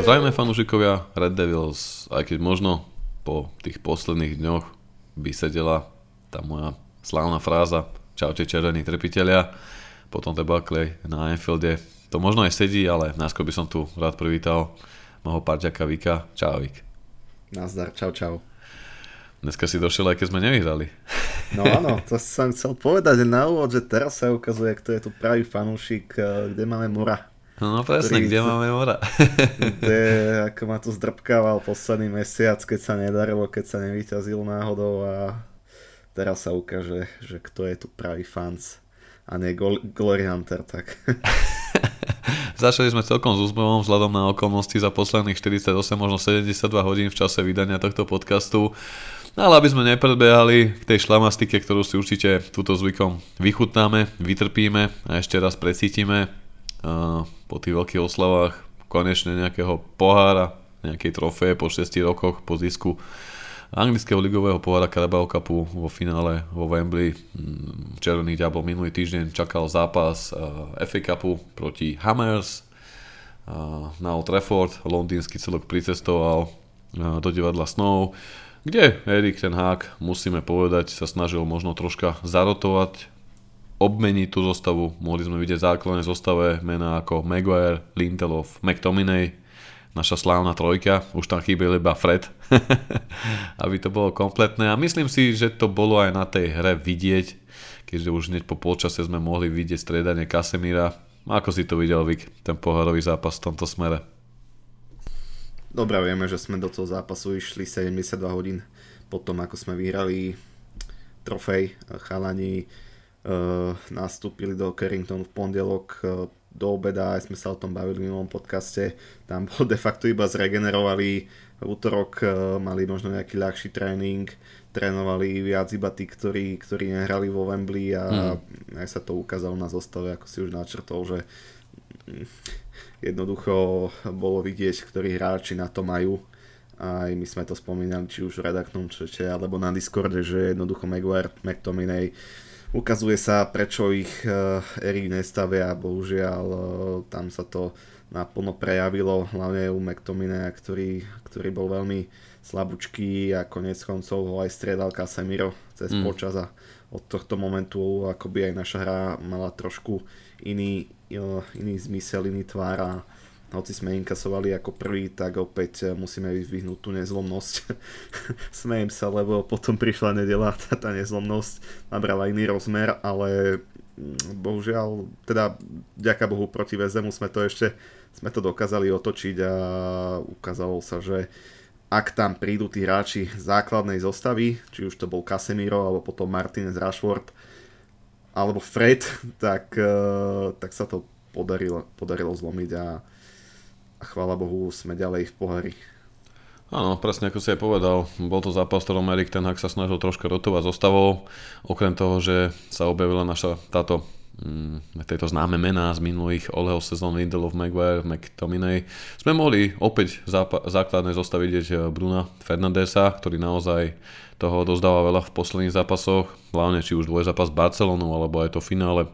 Zdravíme fanúšikovia Red Devils, aj keď možno po tých posledných dňoch by sedela tá moja slávna fráza Čaute červení trpitelia po tom debakle na Anfielde. To možno aj sedí, ale najskôr by som tu rád privítal môjho parťaka Vika. Čau Vik. Nazdar, čau. Dneska si došiel, aj keď sme nevyhrali. No áno, to som chcel povedať na úvod, že teraz sa ukazuje, kto je tu pravý fanúšik, kde máme Mora. No presne, kde máme Mora. Kde ako ma tu zdrbkával posledný mesiac, keď sa nedarilo, keď sa nevyťazil náhodou a teraz sa ukáže, že kto je tu pravý fans a nie Glory Hunter, tak... Začali sme celkom s úsmevom vzhľadom na okolnosti za posledných 48, možno 72 hodín v čase vydania tohto podcastu. Ale aby sme nepredbiehali k tej šlamastike, ktorú si určite túto zvykom vychutnáme, vytrpíme a ešte raz precítime po tých veľkých oslavách konečne nejakého pohára, nejakej trofeje po 6 rokoch po zisku anglického ligového pohára Carabao Cupu vo finále vo Wembley. Červený diabol minulý týždeň čakal zápas FA Cupu proti Hammers na Old Trafford. Londýnsky celok pricestoval do divadla snov, kde Erik ten Hag, musíme povedať, sa snažil možno troška zarotovať, obmeniť tú zostavu. Mohli sme vidieť základné zostave mená ako Maguire, Lindelof, McTominay, naša slávna trojka, už tam chýbal iba Fred, aby to bolo kompletné a myslím si, že to bolo aj na tej hre vidieť, keďže už hneď po polčase sme mohli vidieť striedanie Casemira. Ako si to videl, Vik, ten pohárový zápas v tomto smere? Dobre, vieme, že sme do toho zápasu išli 72 hodín potom, ako sme vyhrali trofej. Chalani nastúpili do Carringtonu v pondelok do obeda, aj sme sa o tom bavili v minulom podcaste. Tam bol de facto iba zregenerovali. V útorok mali možno nejaký ľahší tréning, trénovali viac iba tí, ktorí nehrali vo Wembley a aj sa to ukázalo na zostave, ako si už načrtol, že jednoducho bolo vidieť, ktorí hráči na to majú. Aj my sme to spomínali, či už v redaktnom čete, alebo na Discorde, že jednoducho Maguire, McTominay, ukazuje sa, prečo ich Erik nestavia. Bohužiaľ, tam sa to naplno prejavilo, hlavne u McTominaya, ktorý bol veľmi slabúčký a konec koncov ho aj striedal Casemiro cez počas a od tohto momentu akoby aj naša hra mala trošku iný zmysel, iný tvár a hoci sme inkasovali ako prvý, tak opäť musíme vyzdvihnúť tú nezlomnosť. Smejem sa, lebo potom prišla nedeľa, tá nezlomnosť nabrala iný rozmer, ale bohužiaľ, teda vďaka Bohu proti Vezemu sme to dokázali otočiť a ukázalo sa, že ak tam prídu tí hráči základnej zostavy, či už to bol Casemiro, alebo potom Martinez, Rashford, alebo Fred, tak sa to podarilo zlomiť a chvála Bohu, sme ďalej v pohári. Áno, presne ako si aj povedal, bol to zápas, v ktorom Erik ten Hag sa snažil troška rotovať zostavou. Okrem toho, že sa objavila naša tieto známe mená z minulých Oleho sezón, Lindelof, Maguire, McTominay, sme mohli opäť základnej zostave vidieť Bruna Fernandesa, ktorý naozaj toho dozdáva veľa v posledných zápasoch, hlavne či už dvojzápas s Barcelonou, alebo aj to finále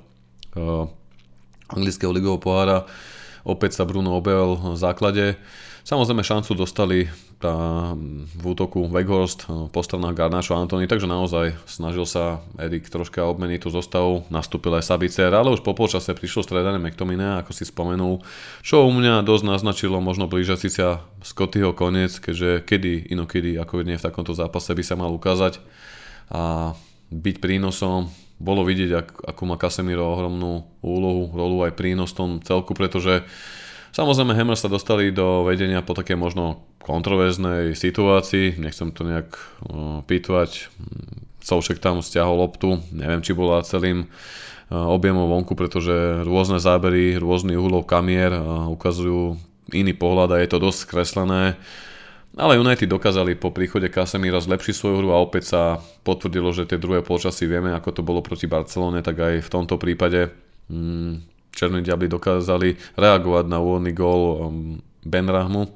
anglického ligového pohára. Opäť sa Bruno objavil v základe. Samozrejme šancu dostali v útoku Weghorst, po stranách Garnacho a Antony, takže naozaj snažil sa Erik troška obmeniť tú zostavu. Nastúpil aj Sabitzer, ale už po polčase prišlo striedanie McTominaya, ako si spomenul, čo u mňa dosť naznačilo možno blížiaci sa Scottyho koniec, keďže inokedy ako nie v takomto zápase by sa mal ukázať a byť prínosom. Bolo vidieť, ako má Casemiro ohromnú úlohu, rolu aj prínos v tom celku, pretože samozrejme Hammers sa dostali do vedenia po také možno kontroverznej situácii, nechcem to nejak pýtovať, Souček tam stiahol loptu, neviem či bola celým objemom vonku, pretože rôzne zábery, rôzny uhlov kamier ukazujú iný pohľad a je to dosť skreslené. Ale United dokázali po príchode Casemira zlepšiť svoju hru a opäť sa potvrdilo, že tie druhé polčasy vieme, ako to bolo proti Barcelone, tak aj v tomto prípade Černí diabli dokázali reagovať na úvodný gól Benrahmu.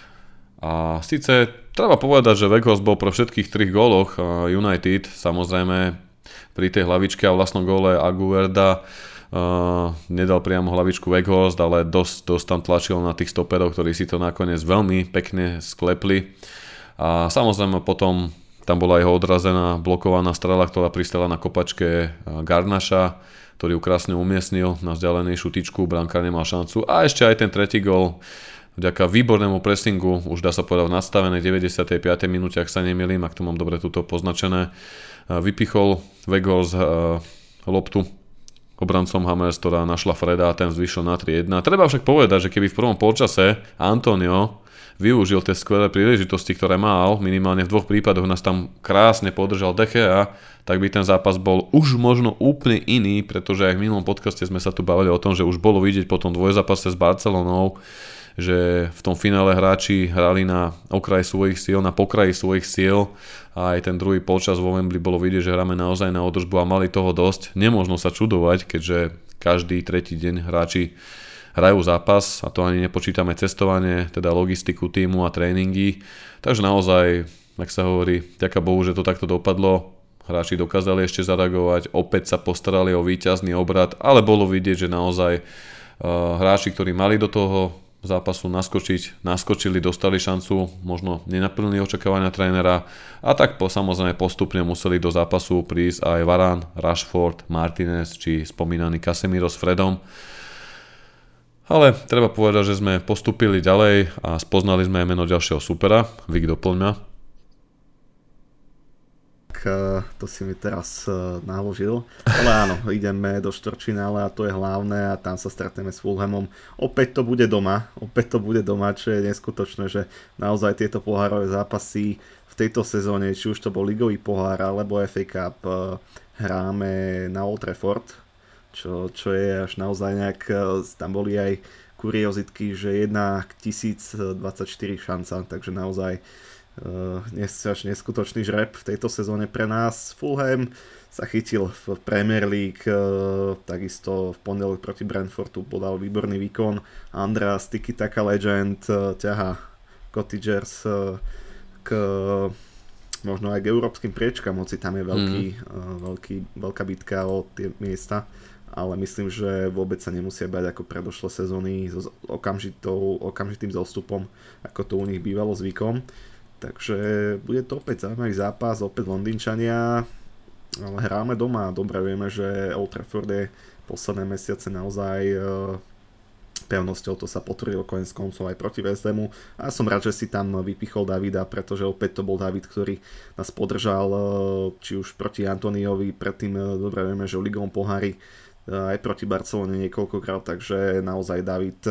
A síce treba povedať, že Weghorst bol pro všetkých 3 góloch United, samozrejme pri tej hlavičke a vlastnom góle Aguerda nedal priamo hlavičku Weghorst, ale dosť tam tlačil na tých stoperov, ktorí si to nakoniec veľmi pekne sklepli. A samozrejme potom tam bola jeho odrazená blokovaná strela, ktorá pristala na kopačke Garnaša, ktorý ju krásne umiestnil na vzdialenej šutičku, brankár nemal šancu. A ešte aj ten tretí gól, vďaka výbornému pressingu, už dá sa povedať v nastavenej 95. minúte, ak sa nemýlim, ak to mám dobre tuto poznačené, vypichol Weghorst loptu obrancom Hammers, ktorá našla Freda a ten zvyšil na 3-1. Treba však povedať, že keby v prvom polčase Antonio využil tie skvelé príležitosti, ktoré mal, minimálne v 2 prípadoch nás tam krásne podržal De Gea, tak by ten zápas bol už možno úplne iný, pretože aj v minulom podcaste sme sa tu bavili o tom, že už bolo vidieť po tom dvojzápase s Barcelonou, že v tom finále hráči hrali na okraji svojich síl, na pokraji svojich síl a aj ten druhý polčas vo Wembley bolo vidieť, že hráme naozaj na održbu a mali toho dosť. Nemožno sa čudovať, keďže každý tretí deň hráči hrajú zápas a to ani nepočítame cestovanie, teda logistiku tímu a tréningy. Takže naozaj, ak sa hovorí, ďaká Bohu, že to takto dopadlo. Hráči dokázali ešte zareagovať, opäť sa postarali o víťazný obrad, ale bolo vidieť, že naozaj hráči, ktorí mali do toho zápasu naskočili, dostali šancu, možno nenaplnili očakávania trénera a tak samozrejme postupne museli do zápasu prísť aj Varane, Rashford, Martinez či spomínaný Casemiro s Fredom. Ale treba povedať, že sme postúpili ďalej a spoznali sme aj meno ďalšieho supera. Vik, doplň ma. To si mi teraz naložil. Ale áno, ideme do štvrťfinále a to je hlavné a tam sa stretneme s Fulhamom. Opäť to bude doma, čo je neskutočné, že naozaj tieto pohárové zápasy v tejto sezóne, či už to bol ligový pohár alebo FA Cup, hráme na Old Trafford, čo je až naozaj nejak, tam boli aj kuriozitky, že 1/1024 šanca, takže naozaj neskutočný žreb v tejto sezóne pre nás. Fulham sa chytil v Premier League, takisto v pondelok proti Brentfordu podal výborný výkon. Andreas Tiki-Taka Legend ťaha Cottagers k možno aj k európskym priečkam, hoci tam je veľká bitka o tie miesta, ale myslím, že vôbec sa nemusia bať ako predošlé sezóny s okamžitým zostupom, ako to u nich bývalo zvykom. Takže bude to opäť zaujímavý zápas, opäť Londýnčania, ale hráme doma. Dobre vieme, že Old Trafford je posledné mesiace naozaj pevnosťou, to sa potvrdilo koniec koncov aj proti West Hamu. A som rád, že si tam vypichol Davida, pretože opäť to bol David, ktorý nás podržal či už proti Antoniovi, predtým dobre vieme, že v ligovom pohári aj proti Barcelone niekoľkokrát, takže naozaj David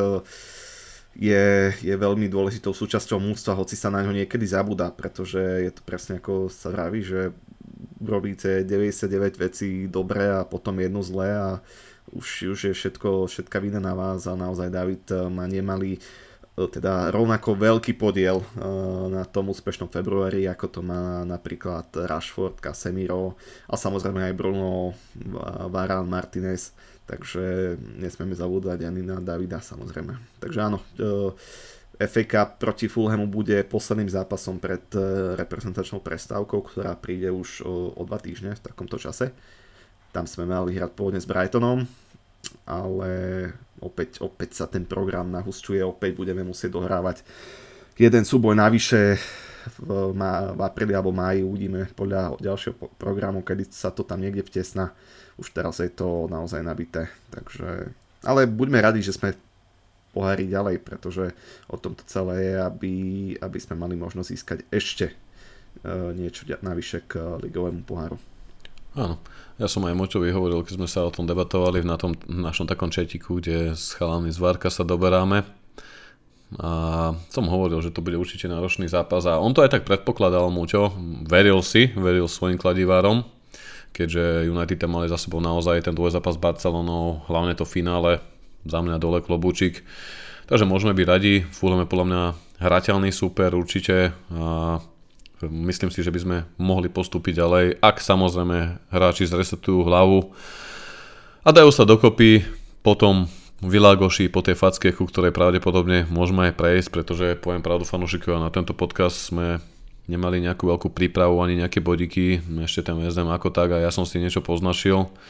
je veľmi dôležitou súčasťou mužstva, hoci sa na ňo niekedy zabúda, pretože je to presne ako sa vraví, že robíte 99 vecí dobre a potom jednu zlé a už je všetka vina na vás a naozaj David má nemalý, teda rovnako veľký podiel na tom úspešnom februári, ako to má napríklad Rashford, Casemiro a samozrejme aj Bruno, Varane, Martinez. Takže nesmieme zabúdať ani na Davida samozrejme. Takže áno, FA Cup proti Fulhamu bude posledným zápasom pred reprezentačnou prestávkou, ktorá príde už o 2 týždne v takomto čase. Tam sme mali hrať pôvodne s Brightonom, ale opäť sa ten program nahusťuje, opäť budeme musieť dohrávať jeden súboj navyše v apríli alebo máji, uvidíme podľa ďalšieho programu, kedy sa to tam niekde vtesná. Už teraz je to naozaj nabité, takže, ale buďme radi, že sme pohári ďalej, pretože o tom to celé je, aby sme mali možnosť získať ešte niečo navyše k ligovému poháru. Áno, ja som aj Moťovi hovoril, keď sme sa o tom debatovali na tom našom takom četiku, kde s chalami z Várka sa doberáme a som hovoril, že to bude určite náročný zápas a on to aj tak predpokladal, Moťo, veril svojim kladivárom, keďže United tam mali za sebou naozaj ten dvojzápas s Barcelonou, hlavne to finále, za mňa dole klobúčik. Takže môžeme byť radi, Fulham je podľa mňa hrateľný super určite a myslím si, že by sme mohli postúpiť ďalej, ak samozrejme hráči zresetujú hlavu a dajú sa dokopy potom Világoši po tej facke, ku ktorej pravdepodobne môžeme aj prejsť, pretože poviem pravdu fanúšikovia, na tento podcast sme nemali nejakú veľkú prípravu ani nejaké bodiky, ešte ten West Ham ako tak a ja som si niečo poznašil.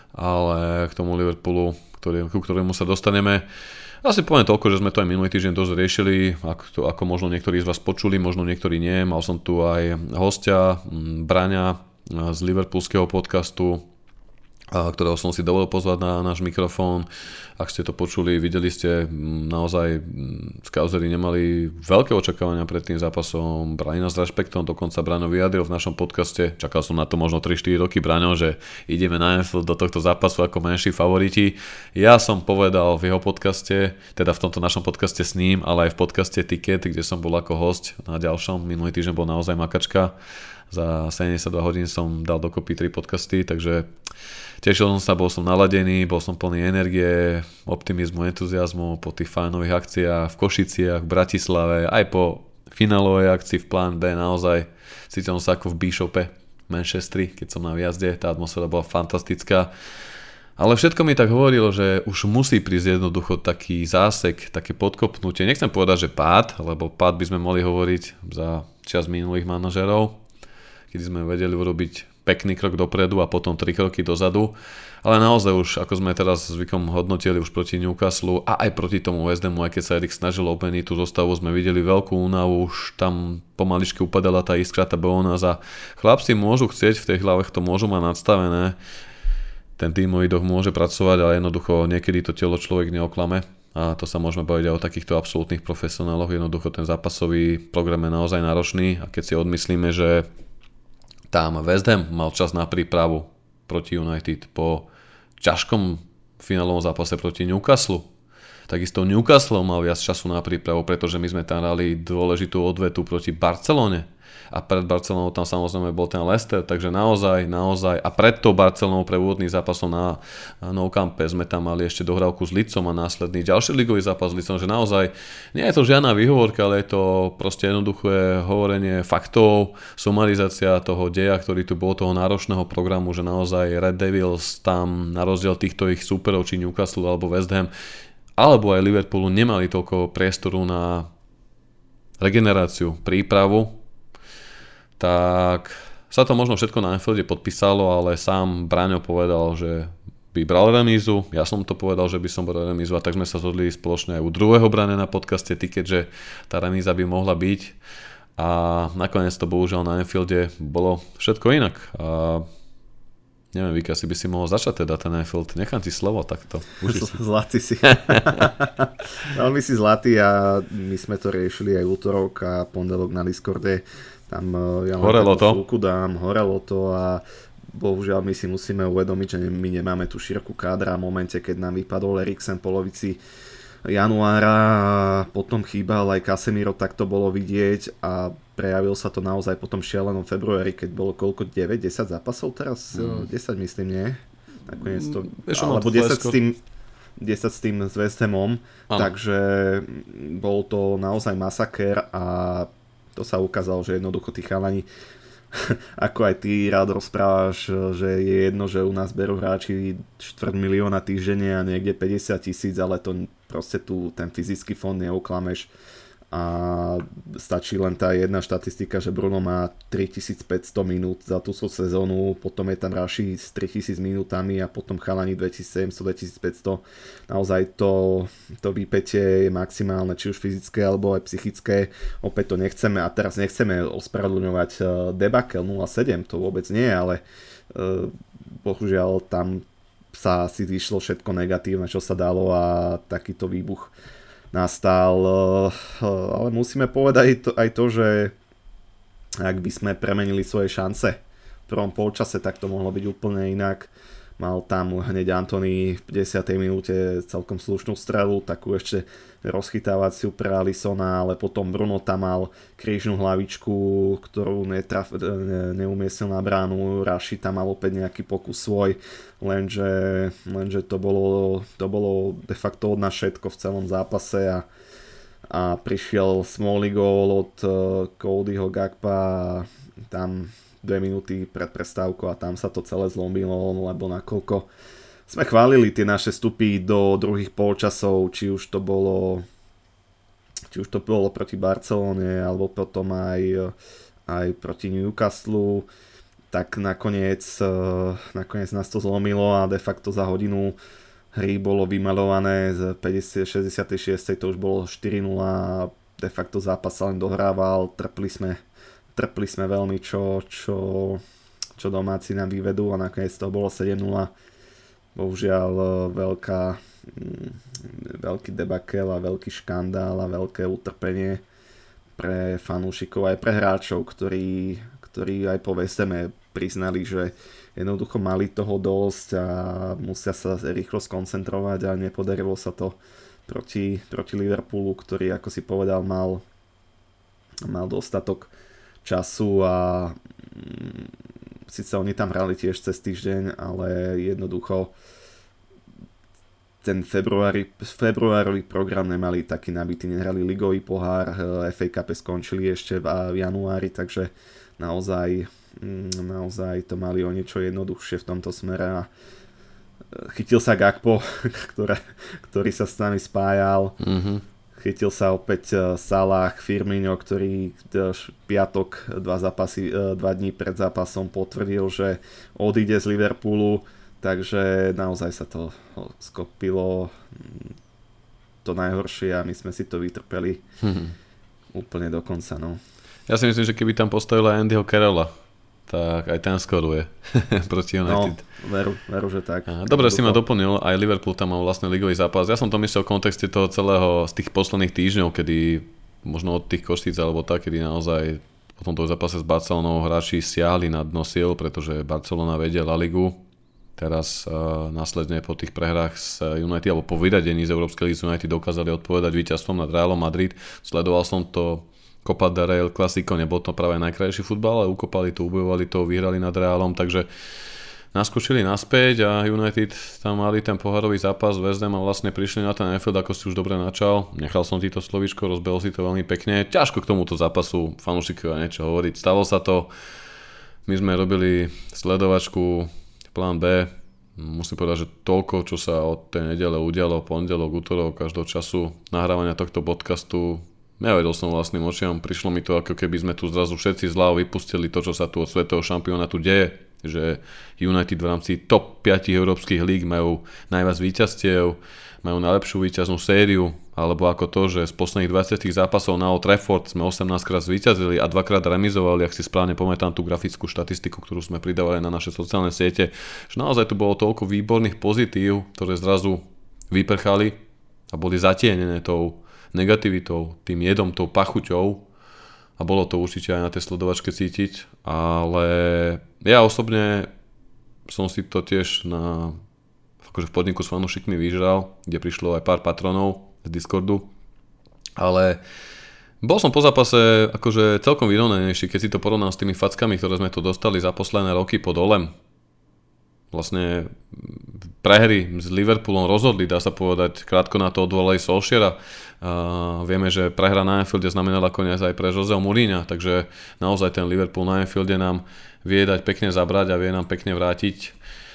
ale k tomu Liverpoolu, ku ktorému sa dostaneme. Asi poviem toľko, že sme to aj minulý týždeň dosť riešili, ako možno niektorí z vás počuli, možno niektorí nie. Mal som tu aj hostia, Braňa z liverpoolského podcastu, ktorého som si dovolil pozvať na náš mikrofón. Ak ste to počuli, videli ste, naozaj skauzery nemali veľké očakávania pred tým zápasom. Brali nás s rešpektom, dokonca Braňo vyjadril v našom podcaste, čakal som na to možno 3-4 roky, Braňo, že ideme na Anfield do tohto zápasu ako menší favoriti. Ja som povedal v jeho podcaste, teda v tomto našom podcaste s ním, ale aj v podcaste Ticket, kde som bol ako host na ďalšom. Minulý týždeň bol naozaj makačka. Za 72 hodín som dal dokopy 3 podcasty, takže tešil som sa, bol som naladený, bol som plný energie, optimizmu, entuziazmu po tých fajnových akciách v Košiciach, v Bratislave, aj po finálovej akcii v Plán B, naozaj cítil som sa ako v Bishope, Manchesteri, keď som na výjazde, tá atmosféra bola fantastická. Ale všetko mi tak hovorilo, že už musí prísť jednoducho taký zásek, také podkopnutie. Nechcem povedať, že pád, lebo pád by sme mohli hovoriť za čas minulých manažerov, kedy sme vedeli urobiť pekný krok dopredu a potom 3 kroky dozadu. Ale naozaj už, ako sme teraz zvykom hodnotili už proti Newcastle a aj proti tomu West Hamu, aj keď sa Erik snažil obmeniť tú zostavu, sme videli veľkú únavu, už tam pomaličky upadala tá iskra, tá bolonáz a chlapci môžu chcieť, v tej hlave to môžu mať nadstavené. Ten tímový duch môže pracovať, ale jednoducho niekedy to telo človek neoklame. A to sa môžeme baviť aj o takýchto absolútnych profesionáloch. Jednoducho ten zápasový program je naozaj náročný a keď si odmyslíme, že tam West Ham mal čas na prípravu proti United po ťažkom finálovom zápase proti Newcastle. Takisto Newcastle mal viac času na prípravu, pretože my sme tam hrali dôležitú odvetu proti Barcelone. A pred Barcelonou tam samozrejme bol ten Leicester, takže naozaj a pred tou Barcelonou pre úvodný zápasom na Nou Campe sme tam mali ešte dohrávku s Leedsom a následný ďalší ligový zápas s Leedsom, že naozaj nie je to žiadna výhovorka, ale je to proste jednoduché hovorenie faktov, sumarizácia toho deja, ktorý tu bol, toho náročného programu, že naozaj Red Devils tam na rozdiel týchto ich súperov, či Newcastle alebo West Ham, alebo aj Liverpoolu nemali toľko priestoru na regeneráciu, prípravu, tak sa to možno všetko na Anfielde podpísalo, ale sám Braňo povedal, že by bral remízu, ja som to povedal, že by som bral remízu a tak sme sa zhodli spoločne aj u druhého Braňa na podcaste Ticket, že tá remíza by mohla byť a nakoniec to bohužiaľ na Anfielde bolo všetko inak. A neviem, Vika, si by si mohol začať teda ten Anfield, nechám ti slovo takto. Zlatý si. Veľmi si zlatý a my sme to riešili aj útorok a pondelok na Discorde. Tam ja horelo to a bohužiaľ my si musíme uvedomiť, že my nemáme tú širokú kádra v momente, keď nám vypadol Eriksen v polovici januára a potom chýbal aj Casemiro, tak to bolo vidieť a prejavil sa to naozaj potom šialenom februári, keď bolo koľko, 9-10 zápasov teraz? 10 myslím, nie? Nakoniec to, alebo 10 s tým s West Hamom, takže bol to naozaj masakér a to sa ukázalo, že jednoducho tí chalani, ako aj ty rád rozprávaš, že je jedno, že u nás berú hráči 250 000 týždenne a niekde 50 000, ale to proste tu ten fyzický fond neuklameš a stačí len tá jedna štatistika, že Bruno má 3500 minút za tú sezónu, potom je tam Raši s 3000 minútami a potom chalani 2700-2500. Naozaj to výpätie je maximálne, či už fyzické alebo aj psychické. Opäť to nechceme a teraz nechceme ospravedlňovať debakel 0-7, to vôbec nie, ale bohužiaľ tam sa si vyšlo všetko negatívne, čo sa dalo a takýto výbuch nastal, ale musíme povedať aj to, že ak by sme premenili svoje šance v prvom polčase, tak to mohlo byť úplne inak. Mal tam hneď Antony v 50. minúte celkom slušnú strelu, takú ešte rozchytávaciu pre Alisona, ale potom Bruno tam mal krížnu hlavičku, ktorú neumiestnil na bránu, Raši tam mal opäť nejaký pokus svoj, lenže to bolo de facto od nás všetko v celom zápase a prišiel smolný gól od Codyho Gakpa a tam 2 minúty pred prestávkou a tam sa to celé zlomilo, lebo nakoľko sme chválili tie naše vstupy do druhých polčasov, či už to bolo proti Barcelone alebo potom aj proti Newcastle, tak nakoniec nás to zlomilo a de facto za hodinu hry bolo vymalované z 66. to už bolo 4-0 a de facto zápas sa len dohrával, trpli sme veľmi, čo domáci nám vyvedú a nakoniec to bolo 7-0. Bohužiaľ veľký debakel a veľký škandál a veľké utrpenie pre fanúšikov aj pre hráčov, ktorí aj po Westeme priznali, že jednoducho mali toho dosť a musia sa rýchlo skoncentrovať a nepodarilo sa to proti Liverpoolu, ktorý, ako si povedal, mal dostatok času a síce oni tam hrali tiež cez týždeň, ale jednoducho ten februárový program nemali taký nabitý, nehrali ligový pohár, FA Cup skončili ešte v januári, takže naozaj to mali o niečo jednoduchšie v tomto smere a chytil sa Gakpo, ktorý sa s nami spájal. Chytil sa opäť Salah, Firmino, ktorý piatok 2 dní pred zápasom potvrdil, že odíde z Liverpoolu, takže naozaj sa to skopilo to najhoršie a my sme si to vytrpeli úplne do konca. No. Ja si myslím, že keby tam postavila Andyho Carrolla, tak aj ten skoruje proti United. No, veru, že tak. Dobre si ma doplnil, aj Liverpool tam mal vlastne ligový zápas. Ja som to myslel v kontexte toho celého z tých posledných týždňov, kedy možno od tých Koštíc alebo tak, kedy naozaj po tomto zápase s Barcelonou hráči siahli na dno síl, pretože Barcelona vedie La Ligu. Teraz následne po tých prehrách s United alebo po vyradení z Európskej ligy United dokázali odpovedať víťazstvom nad Realom Madrid. Sledoval som to Copa del Rey Clasico, nebol to práve najkrajší futbal, ale ukopali to, ubojovali to, vyhrali nad Realom, takže naskočili naspäť a United tam mali ten pohárový zápas s West Ham a vlastne prišli na ten Anfield, ako si už dobre načal. Nechal som ti to slovíčko, rozbehol si to veľmi pekne. Ťažko k tomuto zápasu fanúšikovia niečo hovoriť. Stalo sa to, my sme robili sledovačku, plán B. Musím povedať, že toľko, čo sa od tej nedele udialo, pondelok, útorok, až do času nahrávania tohto podcastu, nevedel som vlastným očiam, prišlo mi to, ako keby sme tu zrazu všetci z hlav vypustili to, čo sa tu od svetového šampionátu deje, že United v rámci top 5 európskych líg majú najviac víťazstiev, majú najlepšiu víťaznú sériu, alebo ako to, že z posledných 20 zápasov na Old Trafford sme 18 krát zvíťazili a 2-krát remizovali, ak si správne pamätám tú grafickú štatistiku, ktorú sme pridávali na naše sociálne siete, že naozaj tu bolo toľko výborných pozitív, ktoré zrazu vyprchali a boli zatienené tou negativitou, tým jedom, tou pachuťou a bolo to určite aj na tej sledovačke cítiť, ale ja osobne som si to tiež akože v podniku s fanúšikmi vyžral, kde prišlo aj pár patronov z Discordu, ale bol som po zápase akože celkom vyrovnanejší, keď si to porovnám s tými fackami, ktoré sme tu dostali za posledné roky pod Olem. Vlastne prehry s Liverpoolom rozhodli, dá sa povedať, krátko na to odvolali Solskjaera. Vieme, že prehra na Anfielde znamenala koniec aj pre Joseho Mourinha, takže naozaj ten Liverpool na Anfielde nám vie dať pekne zabrať a vie nám pekne vrátiť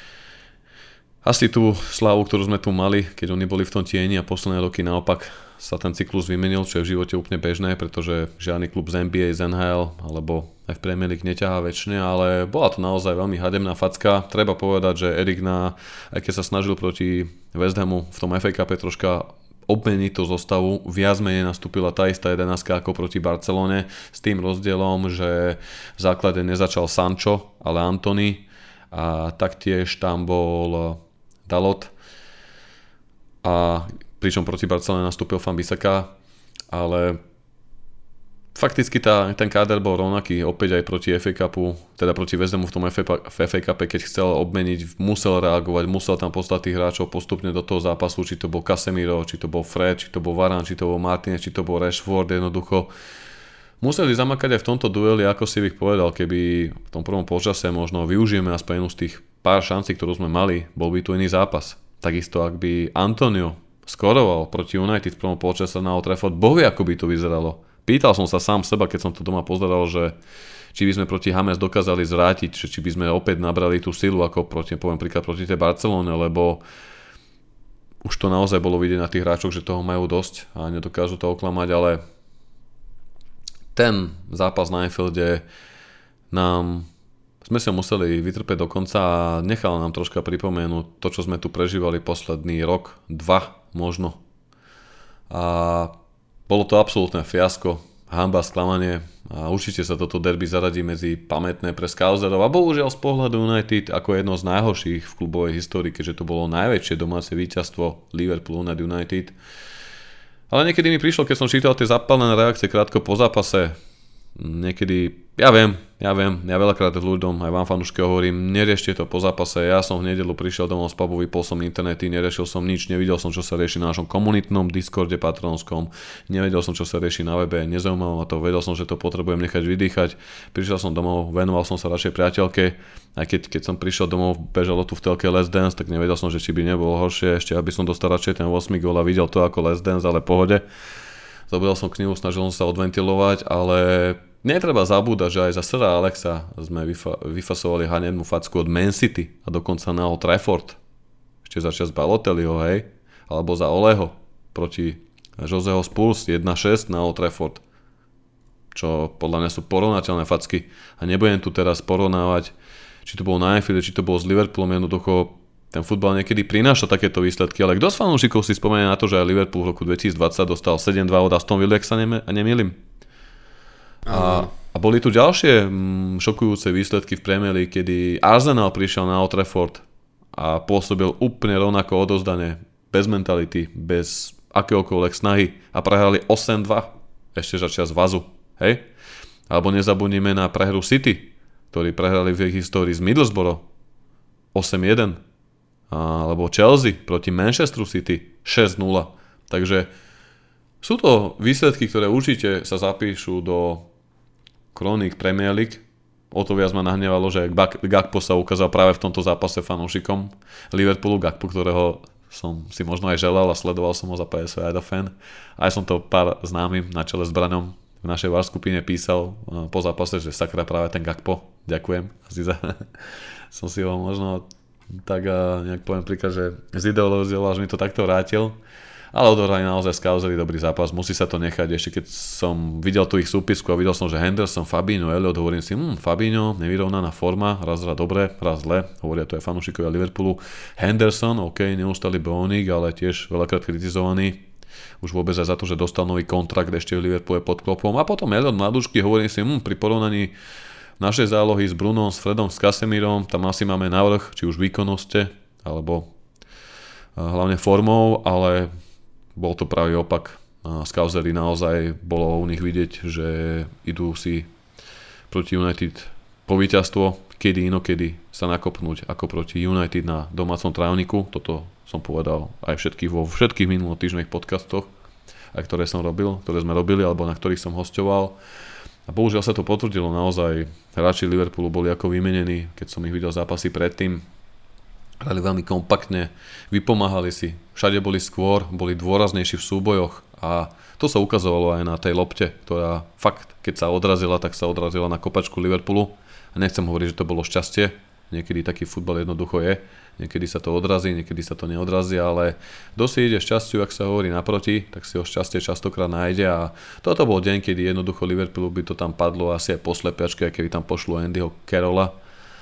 asi tú slávu, ktorú sme tu mali, keď oni boli v tom tieni a posledné roky naopak sa ten cyklus vymenil, čo je v živote úplne bežné, pretože žiadny klub z NBA, z NHL alebo aj v Premier League neťahá väčšine, ale bola to naozaj veľmi hademná facka. Treba povedať, že Erik aj keď sa snažil proti West Hamu v tom FA Cupe troška obmeniť tú zostavu, viac menej nastúpila tá istá 11 ako proti Barcelone, s tým rozdielom, že v základe nezačal Sancho, ale Antony a taktiež tam bol Dalot a pričom proti Barcelone nastúpil Wan-Bissaka, ale fakticky ten káder bol rovnaký opäť aj proti FA Cupu, teda proti West Hamu v tom FA Cupe, keď chcel obmeniť, musel reagovať, musel tam poslať tých hráčov postupne do toho zápasu, či to bol Casemiro, či to bol Fred, či to bol Varane, či to bol Martinez, či to bol Rashford, jednoducho museli zamakať aj v tomto dueli, ako si bych povedal, keby v tom prvom počase možno využijeme aspoň jednu z tých pár šancí, ktorú sme mali, bol by tu iný zápas. Takisto ak by Antonio skoroval proti United v prvom počase na Old Trafford, bohvie ako by to vyzeralo. Pýtal som sa sám seba, keď som to doma pozeral, že či by sme proti Hames dokázali zvrátiť, či by sme opäť nabrali tú silu, ako poviem príklad proti tej Barcelone, lebo už to naozaj bolo vidieť na tých hráčoch, že toho majú dosť a nedokážu to oklamať, ale ten zápas na Anfielde nám sme sa museli vytrpeť do konca a nechal nám troška pripomenúť to, čo sme tu prežívali posledný rok, 2 možno. A bolo to absolútne fiasko, hanba, sklamanie a určite sa toto derby zaradí medzi pamätné pre Skauserov a bohužiaľ z pohľadu United ako jedno z najhorších v klubovej histórii, keďže to bolo najväčšie domáce víťazstvo Liverpoolu nad United. Ale niekedy mi prišlo, keď som čítal tie zapálené reakcie krátko po zápase, niekedy, ja viem, ja veľakrát ľuďom, aj vám fanúšky hovorím, neriešte to po zápase, ja som v nedeľu prišiel domov z pubu, vypol som internety, neriešil som nič, nevidel som, čo sa rieši na našom komunitnom Discorde patronskom, nevedel som, čo sa rieši na webe, nezaujímalo ma to, vedel som, že to potrebujem nechať vydýchať, prišiel som domov, venoval som sa radšej priateľke, aj keď som prišiel domov, bežalo tu v telke Let's Dance, tak nevedel som, že či by nebolo horšie, ešte aby som dostal radšej ten 8 gól a videl to ako Let's Dance, ale pohode. Zobral som knihu, snažil som sa odventilovať, ale netreba zabúdať, že aj za Sira Alexa sme vyfasovali hanebnú facku od Man City a dokonca na Old Trafford. Ešte za čas Balotelliho, hej? Alebo za Oleho proti Joseho Spurs 1-6 na Old Trafford. Čo podľa mňa sú porovnateľné facky. A nebudem tu teraz porovnávať, či to bolo na Anfielde, či to bolo s Liverpoolom, jednoducho ten futbal niekedy prináša takéto výsledky, ale kto z fanúšikov si spomenie na to, že aj Liverpool v roku 2020 dostal 7-2 od Aston Villa, ak sa nemýlim. A boli tu ďalšie šokujúce výsledky v Premier League, kedy Arsenal prišiel na Old Trafford a pôsobil úplne rovnako odozdane, bez mentality, bez akéhokoľvek snahy a prehrali 8-2 ešte za čas Vazu, hej? Alebo nezabudnime na prehru City, ktorí prehrali v ich histórii z Middlesbrough 8-1. Alebo Chelsea proti Manchesteru City 6-0. Takže sú to výsledky, ktoré určite sa zapíšu do kroník Premier League. O to viac ma nahnevalo, že Gakpo sa ukázal práve v tomto zápase fanúšikom Liverpoolu, Gakpo, ktorého som si možno aj želal a sledoval som ho za PSV aj do fan. Aj som to pár známym na čele s Braňom v našej VAR skupine písal po zápase, že sakra práve ten Gakpo, ďakujem. Som si ho možno tak nejak poviem príklad, že z ideológiou až mi to takto vrátil, ale odohrali naozaj Skausery dobrý zápas, musí sa to nechať. Ešte keď som videl tú ich súpisku a videl som, že Henderson, Fabinho, Elliot, hovorím si, Fabinho, nevyrovnaná forma, raz dobre, raz zle, hovoria to aj fanúšikovia Liverpoolu. Henderson, ok, neustály bojovník, ale tiež veľakrát kritizovaný, už vôbec aj za to, že dostal nový kontrakt ešte v Liverpoole pod klopom. A potom Elliot mladúčky, hovorím si, pri porovnaní našej zálohy s Brunom, s Fredom, s Casemirom, tam asi máme navrch, či už výkonnosti, alebo hlavne formou, ale bol to pravý opak. Skausery naozaj bolo u nich vidieť, že idú si proti United po víťazstvo, kedy inokedy sa nakopnúť ako proti United na domácom trávniku. Toto som povedal aj vo všetkých minulotýždňových podcastoch, aj ktoré sme robili, alebo na ktorých som hosťoval. A bohužiaľ sa to potvrdilo, naozaj hráči Liverpoolu boli ako vymenení, keď som ich videl zápasy predtým. Hrali veľmi kompaktne, vypomáhali si, všade boli skôr, boli dôraznejší v súbojoch a to sa ukazovalo aj na tej lopte, ktorá fakt, keď sa odrazila, tak sa odrazila na kopačku Liverpoolu. A nechcem hovoriť, že to bolo šťastie, niekedy taký futbal jednoducho je, niekedy sa to odrazí, niekedy sa to neodrazí, ale kto si ide šťastiu, ak sa hovorí naproti, tak si ho šťastie častokrát nájde a toto bol deň, kedy jednoducho Liverpoolu by to tam padlo asi aj po slepiačke, keby tam pošlo Andyho Carrolla.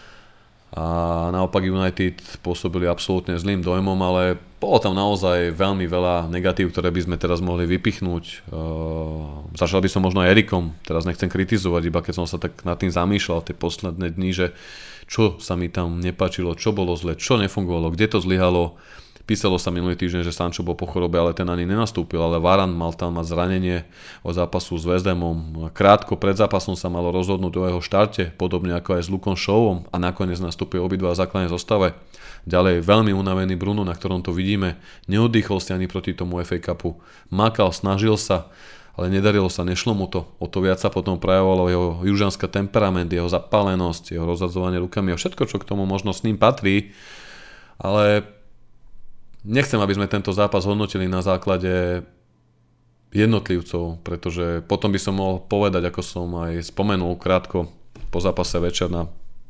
A naopak United pôsobili absolútne zlým dojmom, ale bolo tam naozaj veľmi veľa negatív, ktoré by sme teraz mohli vypichnúť. Začal by som možno aj Erikom, teraz nechcem kritizovať, iba keď som sa tak nad tým zamýšľal tie posledné dni, že čo sa mi tam nepáčilo, čo bolo zle, čo nefungovalo, kde to zlyhalo. Písalo sa minulý týždeň, že Sancho bol po chorobe, ale ten ani nenastúpil, ale Varane mal tam mať zranenie od zápasu s West Hamom. Krátko pred zápasom sa malo rozhodnúť o jeho štarte, podobne ako aj s Lukom Shawom a nakoniec nastúpil obidva v základnej zostave. Ďalej veľmi unavený Bruno, na ktorom to vidíme, neoddychol si ani proti tomu FA Cupu. Makal, snažil sa, ale nedarilo sa, nešlo mu to. O to viac sa potom prejavovalo jeho južanská temperament, jeho zapálenosť, jeho rozhadzovanie rukami a všetko, čo k tomu možno s ním patrí. Ale nechcem, aby sme tento zápas hodnotili na základe jednotlivcov, pretože potom by som mohol povedať, ako som aj spomenul krátko po zápase večer na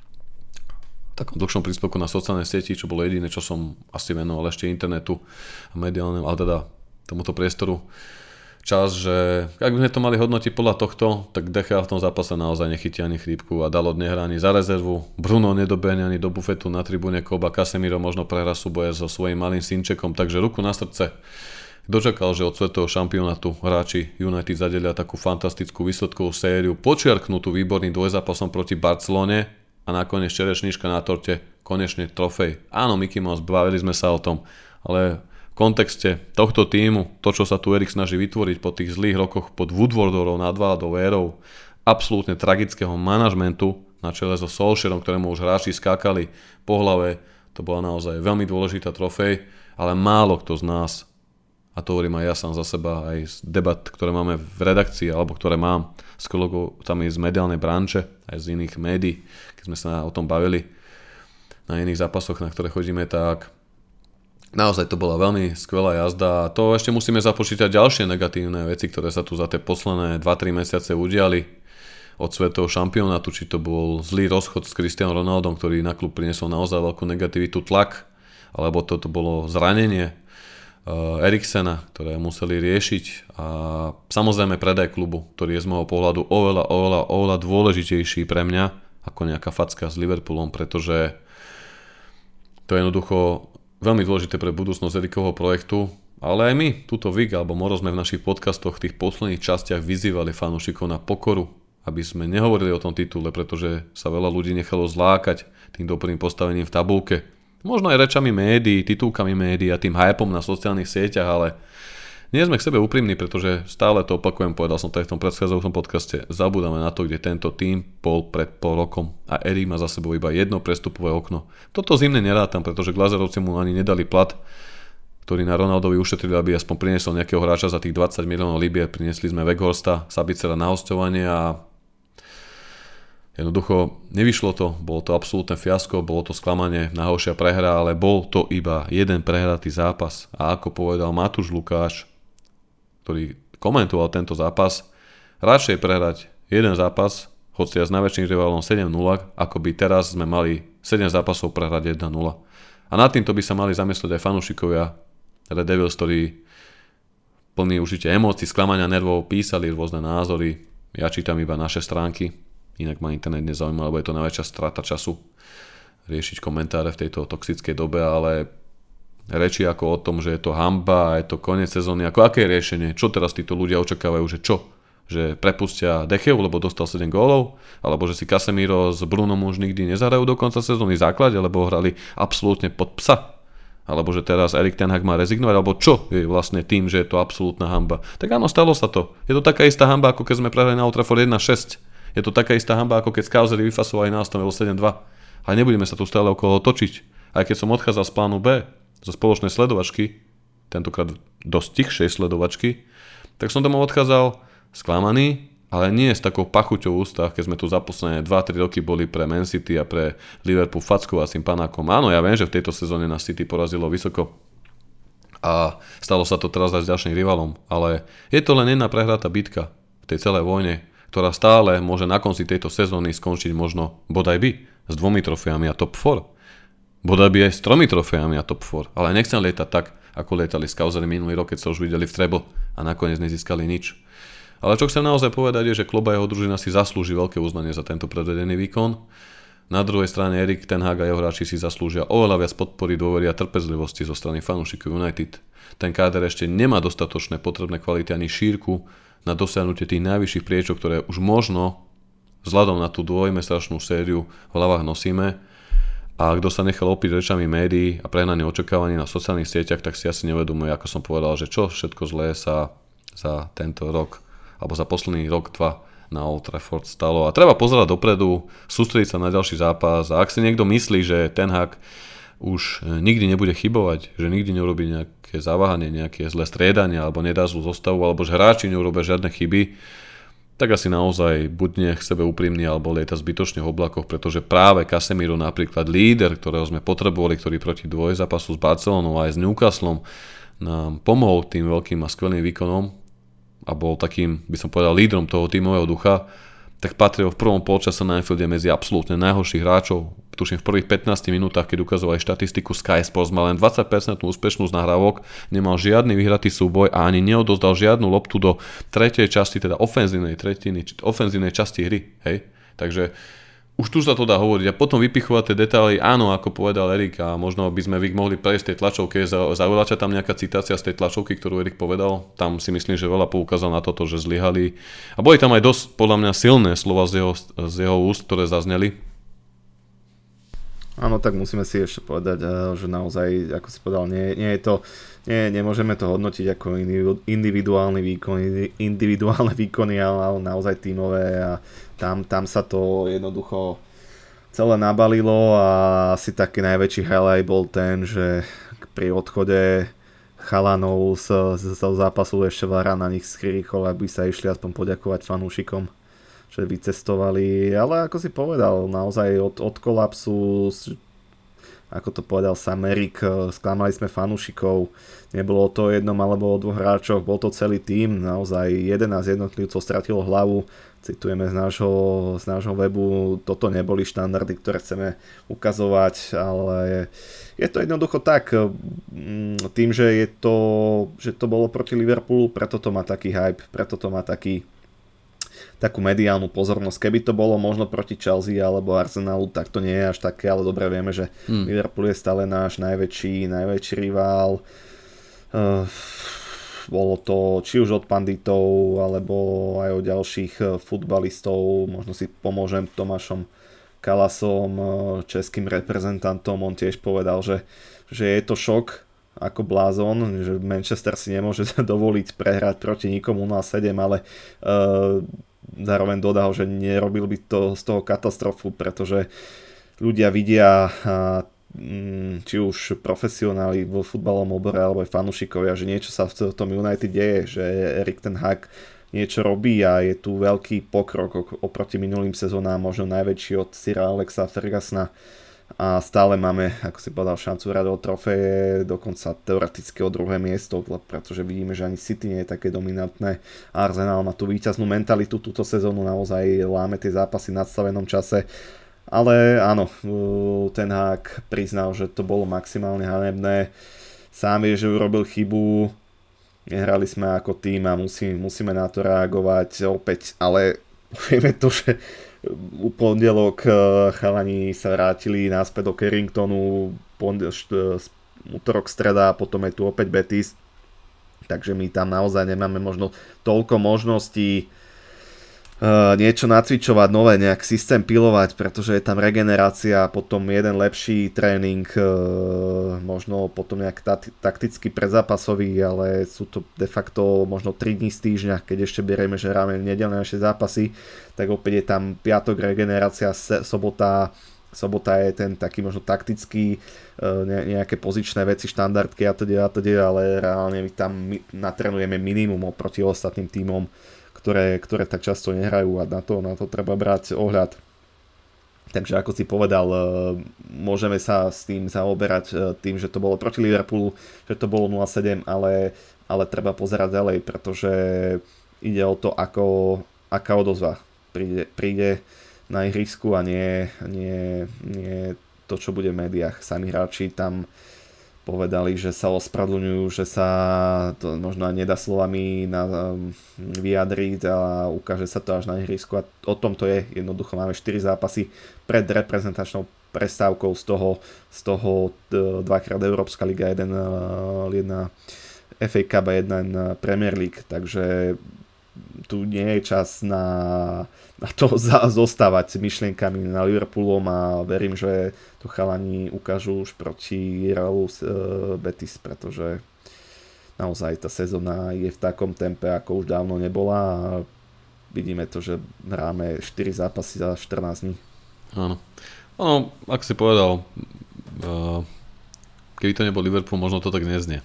takom dlhšom príspevku na sociálnej sieti, čo bolo jediné, čo som asi venoval ešte internetu a mediálnemu, ale teda tomuto priestoru. čas, že ak by sme to mali hodnotiť podľa tohto, tak Decha v tom zápase naozaj nechytí ani chrípku a Dalot nehrá ani za rezervu. Bruno nedobehne ani do bufetu na tribúne Koba, Casemiro možno prehrá súboje so svojím malým synčekom, takže ruku na srdce. Kto čakal, že od svetového šampionátu hráči United zadelia takú fantastickú výsledkovú sériu, počiarknutú výborným dvojzápasom proti Barcelone a nakoniec čerešnička na torte, konečne trofej. Áno, Mickey Mouse, bavili sme sa o tom, ale v kontexte tohto tímu, to čo sa tu Erik snaží vytvoriť po tých zlých rokoch pod Woodwardovou nadvládou érou, absolútne tragického manažmentu na čele so Solskjaerom, ktorému už hráči skákali po hlave, to bola naozaj veľmi dôležitá trofej, ale málo kto z nás, a to hovorím aj ja sám za seba, aj z debat, ktoré máme v redakcii, alebo ktoré mám s kolegami z mediálnej branže, aj z iných médií, keď sme sa o tom bavili na iných zápasoch, na ktoré chodíme, tak naozaj to bola veľmi skvelá jazda a to ešte musíme započítať ďalšie negatívne veci, ktoré sa tu za tie posledné 2-3 mesiace udiali od svetového šampionátu, či to bol zlý rozchod s Cristianom Ronaldom, ktorý na klub priniesol naozaj veľkú negativitu, tlak, alebo to bolo zranenie Eriksena, ktoré museli riešiť a samozrejme predaj klubu, ktorý je z môjho pohľadu oveľa dôležitejší pre mňa ako nejaká facka s Liverpoolom, pretože to je jednoducho veľmi dôležité pre budúcnosť Erikovho projektu, ale aj my, túto Vig alebo Moro sme v našich podcastoch v tých posledných častiach vyzývali fanúšikov na pokoru, aby sme nehovorili o tom titule, pretože sa veľa ľudí nechalo zlákať tým dobrým postavením v tabuľke. Možno aj rečami médií, titulkami médií a tým hypom na sociálnych sieťach, ale nie sme k sebe úprimní, pretože stále to opakujem, povedal som to aj v tom predchádzajúcom podcaste, zabúdame na to, kde tento tím bol pred pol rokom a Erik má za sebou iba jedno prestupové okno. Toto zimne nerátam, pretože Glazerovci mu ani nedali plat, ktorý na Ronaldovi ušetrili, aby aspoň priniesol nejakého hráča za tých 20 miliónov libier. Priniesli sme Weghorsta, Sabicera na hosťovanie a jednoducho nevyšlo to, bolo to absolútne fiasko, bolo to sklamanie, najhoršia prehra, ale bol to iba jeden prehratý zápas a ako povedal Matúš Lukáš, ktorý komentoval tento zápas, radšej prehrať jeden zápas, hoci ja s najväčším rivalom 7-0, ako by teraz sme mali 7 zápasov prehrať 1-0. A nad týmto by sa mali zamyslieť aj fanúšikovia Red Devils, ktorí plní určite emócií, sklamania, nervov, písali rôzne názory. Ja čítam iba naše stránky, inak ma internet nezaujíma, lebo je to najväčšia strata času riešiť komentáre v tejto toxickej dobe, ale reči ako o tom, že je to hanba, je to koniec sezóny, ako aké je riešenie, čo teraz títo ľudia očakávajú, že čo? Že prepustia Decheu, lebo dostal 7 gólov, alebo že si Casemiro s Brunom už nikdy nezahrajú do konca sezóny v základe, lebo hrali absolútne pod psa, alebo že teraz Erik ten Hag má rezignovať, alebo čo je vlastne tým, že je to absolútna hanba. Tak áno, stalo sa to. Je to taká istá hanba, ako keď sme prehrali na Old Trafford 1-6. Je to taká istá hanba, ako keď Skauseri vyfasovali na Aston Villa 7-2. A nebudeme sa tu stále okolo točiť. Aj keď som odchádzal z plánu B, zo spoločnej sledovačky, tentokrát dosť tichšej sledovačky, tak som domov odchádzal sklamaný, ale nie s takou pachuťou v ústach, keď sme tu za posledné 2-3 roky boli pre Man City a pre Liverpool fackovacím panákom. Áno, ja viem, že v tejto sezóne nás City porazilo vysoko a stalo sa to teraz aj s ďalším rivalom, ale je to len jedna prehratá bitka v tej celej vojne, ktorá stále môže na konci tejto sezóny skončiť možno bodaj by s 2 trofejami a top 4. Bodaj by aj s 3 trofejami a top 4, ale nechcem lietať tak, ako lietali Skauseri minulý rok, keď sa už videli v treble a nakoniec nezískali nič. Ale čo chcem naozaj povedať je, že klub a jeho družina si zaslúži veľké uznanie za tento predvedený výkon. Na druhej strane Erik ten Hag a jeho hráči si zaslúžia oveľa viac podpory, dôvery a trpezlivosti zo strany fanúšikov United. Ten káder ešte nemá dostatočné potrebné kvality ani šírku na dosiahnutie tých najvyšších priečok, ktoré už možno vzhľadom na tú dvojmesačnú sériu v hlavách nosíme. A kto sa nechal opiť rečami médií a prehnanie očakávaní na sociálnych sieťach, tak si asi neuvedomuje, ako som povedal, že čo všetko zlé sa za tento rok alebo za posledný rok, 2 na Old Trafford stalo. A treba pozerať dopredu, sústrediť sa na ďalší zápas a ak si niekto myslí, že Ten Hag už nikdy nebude chybovať, že nikdy neurobí nejaké zaváhanie, nejaké zlé striedanie alebo nedá zlú zostavu, alebo že hráči neurobia žiadne chyby, tak asi naozaj buď nech sebe úprimný alebo lieta zbytočne v oblakoch, pretože práve Casemiro napríklad líder, ktorého sme potrebovali, ktorý proti dvojzápasu s Barcelonou a aj s Newcastlom nám pomohol tým veľkým a skvelým výkonom a bol takým, by som povedal, lídrom toho tímového ducha, tak patril v prvom polčase na Anfielde medzi absolútne najhorších hráčov. Tuším v prvých 15 minútach, keď ukazoval aj štatistiku Sky Sports, mal len 20% úspešnosť nahrávok, nemal žiadny vyhratý súboj a ani neodozdal žiadnu loptu do tretej časti, teda ofenzívnej časti hry. Hej? Takže už tu sa to dá hovoriť a potom vypichovať tie detaily, áno, ako povedal Erik, a možno by sme mohli prejsť tej tlačovke, zaujala tam nejaká citácia z tej tlačovky, ktorú Erik povedal, tam si myslím, že veľa poukázal na toto, že zlyhali a boli tam aj dosť podľa mňa silné slova z jeho úst, ktoré zazneli. Áno, tak musíme si ešte povedať, že naozaj, ako si povedal, nemôžeme to hodnotiť ako individuálne výkony, ale naozaj tímové a tam sa to jednoducho celé nabalilo a asi taký najväčší highlight bol ten, že pri odchode chalanov z zápasu ešte Vara na nich skrikol, aby sa išli aspoň poďakovať fanúšikom, že vycestovali, ale ako si povedal, naozaj od kolapsu, ako to povedal sam Erik, sklamali sme fanúšikov, nebolo to jednom alebo o dvoch hráčoch, bol to celý tím, naozaj 11 jednotlivcov stratilo hlavu, citujeme z nášho webu, toto neboli štandardy, ktoré chceme ukazovať, ale je to jednoducho tak, tým, že to bolo proti Liverpoolu, preto to má taký hype, preto to má takú mediálnu pozornosť. Keby to bolo možno proti Chelsea alebo Arsenalu, tak to nie je až také, ale dobre vieme, že Liverpool je stále náš najväčší rivál. Bolo to či už od panditov, alebo aj od ďalších futbalistov. Možno si pomôžem Tomášom Kalasom, českým reprezentantom. On tiež povedal, že je to šok ako blázon, že Manchester si nemôže dovoliť prehrať proti nikomu 0-7, ale zároveň dodal, že nerobil by to z toho katastrofu, pretože ľudia vidia, či už profesionáli vo futbalovom obore alebo aj fanúšikovia, že niečo sa v tom United deje, že Erik ten Hag niečo robí a je tu veľký pokrok oproti minulým sezónám, možno najväčší od Sira Alexa Fergusona a stále máme, ako si povedal, šancu hrať o trofeje, dokonca teoreticky o druhé miesto, pretože vidíme, že ani City nie je také dominantné. Arsenal má tú víťaznú mentalitu túto sezónu, naozaj láme tie zápasy v nadstavenom čase. Ale áno, ten Hag priznal, že to bolo maximálne hanebné. Sám vie, že urobil chybu, nehrali sme ako tým a musíme na to reagovať opäť, ale vieme to, že u pondelok chalani sa vrátili naspäť do Carringtonu, útorok, streda a potom je tu opäť Betis, takže my tam naozaj nemáme možno toľko možností niečo nacvičovať, nové, nejak systém pilovať, pretože je tam regenerácia, potom jeden lepší tréning, možno potom nejak takticky predzápasový, ale sú to de facto možno 3 dní z týždňa, keď ešte berieme, že hráme nedeľné naše zápasy, tak opäť je tam piatok regenerácia, sobota je ten taký možno taktický, nejaké pozičné veci, štandardky a teda, ale reálne my tam natrenujeme minimum oproti ostatným tímom, ktoré tak často nehrajú a na to treba brať ohľad. Takže ako si povedal, môžeme sa s tým zaoberať tým, že to bolo proti Liverpoolu, že to bolo 0-7, ale treba pozerať ďalej, pretože ide o to, aká odozva príde na ihrisku a nie to, čo bude v médiách. Sami hráči tam povedali, že sa ospravedlňujú, že sa to možno aj nedá slovami vyjadriť a ukáže sa to až na ihrisku a o tom to je. Jednoducho máme 4 zápasy pred reprezentačnou prestávkou, z toho dvakrát Európska liga, jedna FA Cup a jedna Premier League, takže tu nie je čas na to zostávať s myšlienkami na Liverpoolom a verím, že to chalani ukážu už proti Realu Betis, pretože naozaj tá sezóna je v takom tempe, ako už dávno nebola a vidíme to, že hráme 4 zápasy za 14 dní. Áno, ako si povedal, keby to nebol Liverpool, možno to tak neznie.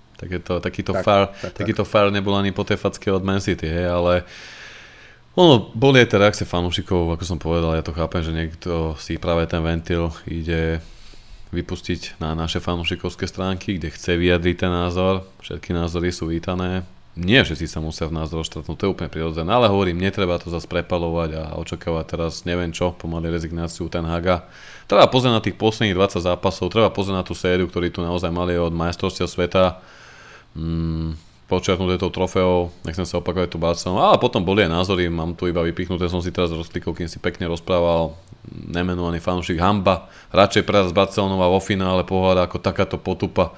Takýto fár nebol ani po tej facke od Man City, ale boli aj tie reakcie fanúšikov, ako som povedal, ja to chápem, že niekto si práve ten ventil ide vypustiť na naše fanúšikovské stránky, kde chce vyjadriť ten názor, všetky názory sú vítané, Nie všetci sa musia v nás rozštratnúť, to je úplne prirodzené, ale hovorím, netreba to zase prepalovať a očakávať teraz neviem čo, pomaly rezignáciu Ten Haga. Treba pozrieť na tých posledných 20 zápasov, treba pozrieť na tú sériu, ktorú tu naozaj mali od majstrovstiev sveta, počiatnuté tou trofeou, nechcem sa opakovať tú Barcelonu, ale potom boli aj názory, mám tu iba vypichnuté, som si teraz rozklikol, kým si pekne rozprával, nemenovaný fanúšik hamba, radšej prehrať s Barcelonou a vo finále pohára ako takáto potupa.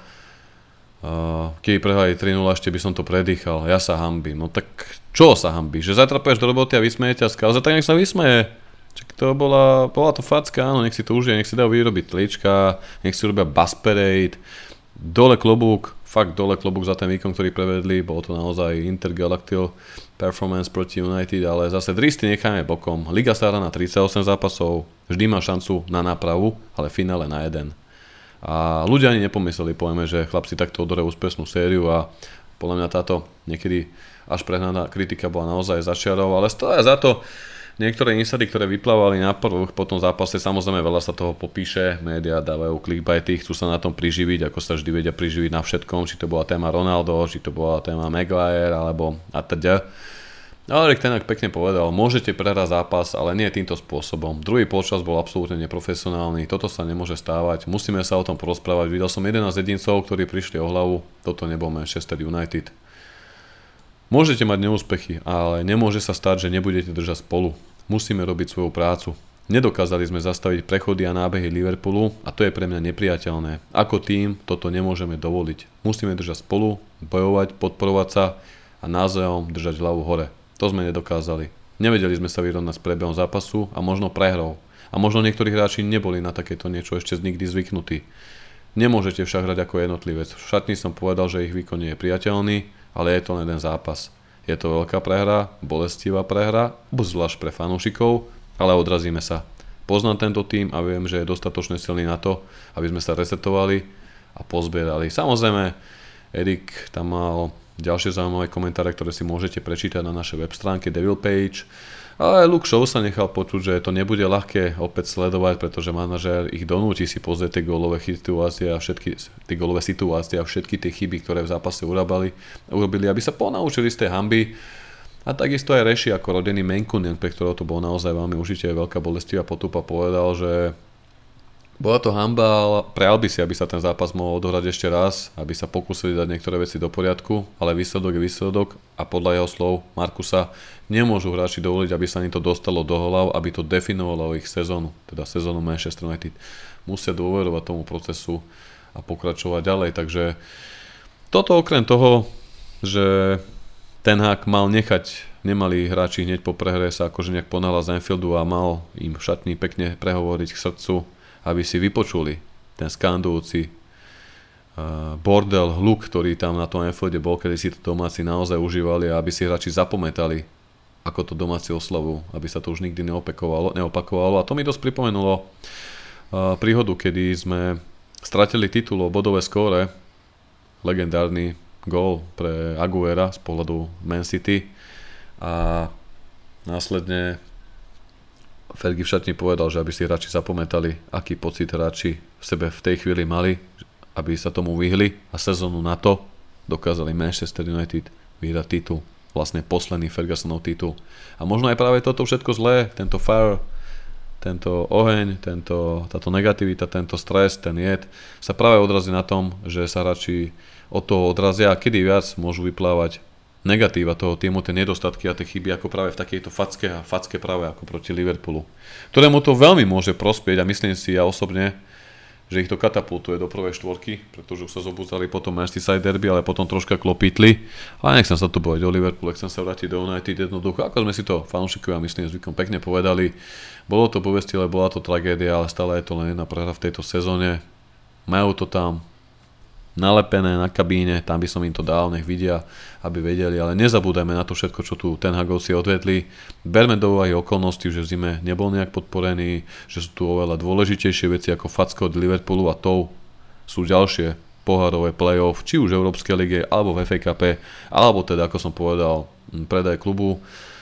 Keby prehrali 3-0, ešte by som to predýchal, ja sa hambím. No tak čo sa hambí? Že zajtra pôjdeš do roboty a vysmejete a skauze, tak nech sa vysmeje. To bola to facka, áno, nech si to užije, nech si dajú vyrobiť trička, nech si robia bus parade, dole klobúk, fakt dole klobúk za ten výkon, ktorý prevedli, bolo to naozaj intergalactical performance proti United, ale zase dristy necháme bokom. Liga sa hrá na 38 zápasov, vždy má šancu na nápravu, ale v finále na jeden. A ľudia ani nepomysleli, povieme, že chlapci takto odorajú úspešnú sériu a podľa mňa táto niekedy až prehnaná kritika bola naozaj začiarov, ale stoja za to niektoré insady, ktoré vyplávali na prvých po tom zápase, samozrejme veľa sa toho popíše, médiá dávajú clickbaity, chcú sa na tom priživiť, ako sa vždy vedia priživiť na všetkom, či to bola téma Ronaldo, či to bola téma Maguire, alebo atď. Ale Erik Ten Hag pekne povedal, môžete prehrať zápas, ale nie týmto spôsobom. Druhý polčas bol absolútne neprofesionálny, toto sa nemôže stávať, musíme sa o tom porozprávať. Videl som 11 jedincov, ktorí prišli o hlavu, toto nebol Manchester United. Môžete mať neúspechy, ale nemôže sa stať, že nebudete držať spolu. Musíme robiť svoju prácu. Nedokázali sme zastaviť prechody a nábehy Liverpoolu a to je pre mňa nepriateľné. Ako tým toto nemôžeme dovoliť. Musíme držať spolu, bojovať, podporovať sa a navzájom držať hlavu hore. To sme nedokázali. Nevedeli sme sa vyrovnať s prebehom zápasu a možno prehrou. A možno niektorí hráči neboli na takéto niečo ešte nikdy zvyknutí. Nemôžete však hrať ako jednotlivec. V šatni som povedal, že ich výkon nie je priateľný, ale je to len jeden zápas. Je to veľká prehra, bolestivá prehra, zvlášť pre fanúšikov, ale odrazíme sa. Poznám tento tým a viem, že je dostatočne silný na to, aby sme sa resetovali a pozbierali. Samozrejme, Erik tam mal ďalšie zaujímavé komentáre, ktoré si môžete prečítať na našej web stránke Devil Page. Ale Luke Shaw sa nechal počuť, že to nebude ľahké opäť sledovať, pretože manažér ich donúti si pozrieť tie gólové situácie a všetky tie chyby, ktoré v zápase urobili, aby sa ponaučili z tej hanby. A takisto aj Reši ako rodený Mancunian, pre ktorého to bolo naozaj veľmi užite, veľká bolestivá potupa, povedal, že bola to hanba, ale prijal by si, aby sa ten zápas mohol odohrať ešte raz, aby sa pokúsili dať niektoré veci do poriadku, ale výsledok je výsledok a podľa jeho slov Markusa nemôžu hráči dovoliť, aby sa im to dostalo do hlav, aby to definovalo ich sezónu, teda sezónu Manchester United. Musia dôverovať tomu procesu a pokračovať ďalej, takže toto okrem toho, že Ten Hag mal nechať, nemali hráči hneď po prehre sa akože nejak ponáhľať z Anfieldu a mal im v šatni pekne prehovoriť k srdcu, aby si vypočuli ten skandujúci bordel, hluk, ktorý tam na tom Anfielde bol, kedy si to domáci naozaj užívali a aby si hráči zapamätali, ako to domáci oslavujú, aby sa to už nikdy neopakovalo. A to mi dosť pripomenulo príhodu, kedy sme stratili titul o bodové skóre, legendárny gól pre Aguera z pohľadu Man City a následne Fergie v šatni povedal, že aby si hráči zapamätali, aký pocit hráči v sebe v tej chvíli mali, aby sa tomu vyhli a sezónu na to dokázali Manchester United vyhrať titul, vlastne posledný Fergusonov titul. A možno aj práve toto všetko zlé, tento fire, tento oheň, táto negativita, tento stres, ten jed sa práve odrazí na tom, že sa hráči od toho odrazia a kedy viac môžu vyplávať negatíva toho týmu, tie nedostatky a tie chyby ako práve v takejto facke práve ako proti Liverpoolu, ktorému to veľmi môže prospieť a myslím si ja osobne, že ich to katapultuje do prvej štvorky, pretože už sa zobudzali potom Merseyside derby, ale potom troška klopítli. Ale nechcem sa tu bojať o Liverpoole, chcem sa vrátiť do United jednoducho, ako sme si to fanúšikovia myslím zvykom pekne povedali. Bolo to povestile, bola to tragédia, ale stále je to len jedna prehra v tejto sezóne. Majú to tam nalepené na kabíne, tam by som im to dal, nech vidia, aby vedeli, ale nezabúdajme na to všetko, čo tu Ten Hagovci odvedli. Berme do úvahy okolnosti, že v zime nebol nejak podporený, že sú tu oveľa dôležitejšie veci ako facka od Liverpoolu a tou sú ďalšie pohárové play-off, či už v Európskej lige, alebo v FA Cupe, alebo teda, ako som povedal, predaj klubu.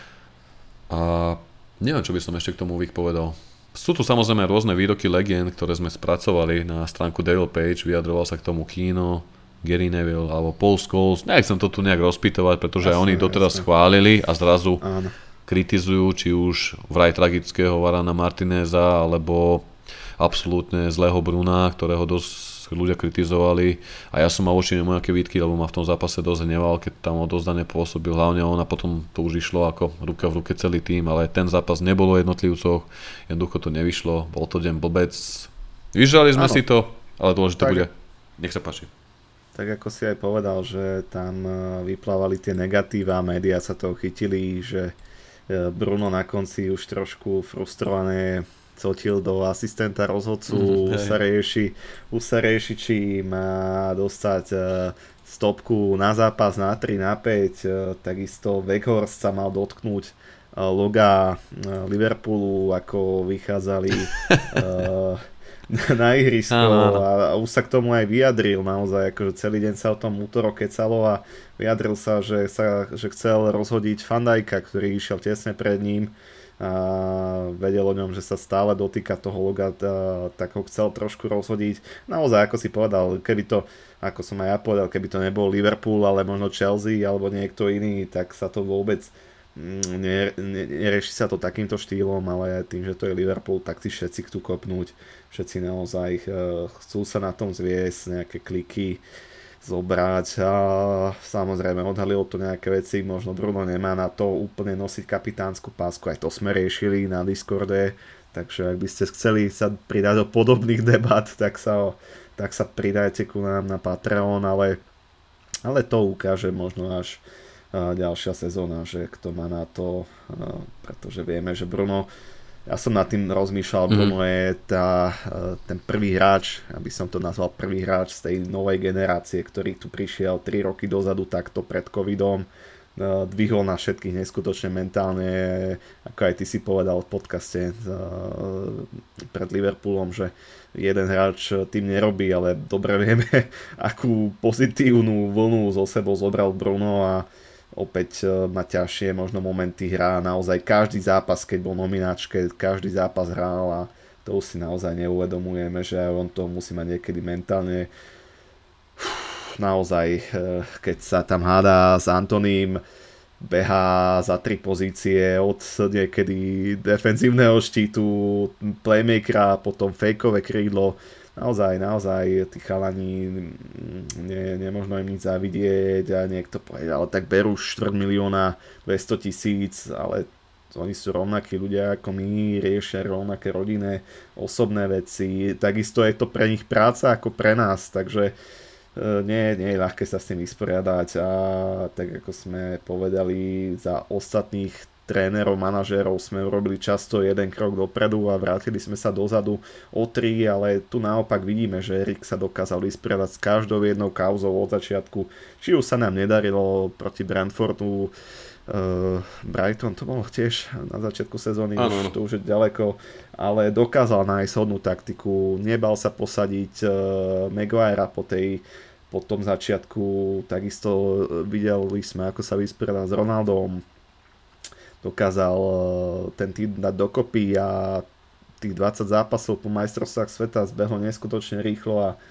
A neviem, čo by som ešte k tomu povedal. Sú tu samozrejme rôzne výroky legend, ktoré sme spracovali na stránku Devil Page, vyjadroval sa k tomu Kino, Gary Neville alebo Paul Scholes, nechcem to tu nejak rozpýtovať, pretože aj oni doteraz chválili a zrazu kritizujú, či už vraj tragického Varana Martineza, alebo absolútne zlého Bruna, ktorého dosť ľudia kritizovali a ja som mal voči nemu nejaké výtky, lebo ma v tom zápase dosť hneval, keď tam odozdane pôsobil hlavne on a potom to už išlo ako ruka v ruke celý tým, ale ten zápas nebolo o jednotlivcoch, jednoducho to nevyšlo, bol to deň blbec. Vyžrali sme si to, ale dôležité bude. Nech sa páči. Tak ako si aj povedal, že tam vyplávali tie negatíva, médiá sa toho chytili, že Bruno na konci už trošku frustrované cotil do asistenta rozhodcu, už sa rieši, či má dostať stopku na zápas na 3, na 5, takisto Weghorst sa mal dotknúť loga Liverpoolu, ako vychádzali na ihrisko a už sa k tomu aj vyjadril naozaj, akože celý deň sa o tom útorok kecalo a vyjadril sa, že chcel rozhodiť Van Dijka, ktorý išiel tesne pred ním a vedel o ňom, že sa stále dotýka toho loga, tak ho chcel trošku rozhodiť. Naozaj, ako si povedal, keby to, ako som aj ja povedal, keby to nebol Liverpool, ale možno Chelsea alebo niekto iný, tak sa to vôbec nerieši sa to takýmto štýlom, ale tým, že to je Liverpool, tak si všetci chcú kopnúť, všetci naozaj chcú sa na tom zviesť, nejaké kliky zobrať a samozrejme odhalilo to nejaké veci, možno Bruno nemá na to úplne nosiť kapitánsku pásku, aj to sme riešili na Discorde, takže ak by ste chceli sa pridať do podobných debat, tak sa pridajte ku nám na Patreon, ale to ukáže možno až ďalšia sezóna, že kto má na to, pretože vieme, že Bruno, ja som nad tým rozmýšľal, Bruno je ten prvý hráč, aby som to nazval prvý hráč z tej novej generácie, ktorý tu prišiel 3 roky dozadu takto pred covidom, dvihol na všetkých neskutočne mentálne, ako aj ty si povedal v podcaste pred Liverpoolom, že jeden hráč tým nerobí, ale dobre vieme, akú pozitívnu vlnu zo sebou zobral Bruno a opäť má ťažšie možno momenty, hrá naozaj každý zápas, keď bol nomináčke, každý zápas hral a to už si naozaj neuvedomujeme, že on to musí mať niekedy mentálne naozaj, keď sa tam hádá s Antoním, behá za 3 pozície od niekedy defenzívneho štítu, playmakera, potom fejkové krídlo. Naozaj tí chalani nemožno im nič zavidieť a niekto povedal, ale tak berú 4 200 000, ale oni sú rovnakí ľudia ako my, riešia rovnaké rodinné, osobné veci, takisto je to pre nich práca ako pre nás, takže nie je ľahké sa s tým vysporiadať a tak ako sme povedali, za ostatných trénerov, manažérov sme urobili často jeden krok dopredu a vrátili sme sa dozadu o 3, ale tu naopak vidíme, že Erik sa dokázal vysporiadať s každou jednou kauzou od začiatku. Či už sa nám nedarilo proti Brentfordu, Brighton to bolo tiež na začiatku sezóny, to už je ďaleko, ale dokázal nájsť hodnú taktiku, nebal sa posadiť Maguirea po tom začiatku, takisto videli sme, ako sa vysporiadal s Ronaldom, dokázal ten tým dať dokopy a tých 20 zápasov po majstrovstvách sveta zbehol neskutočne rýchlo a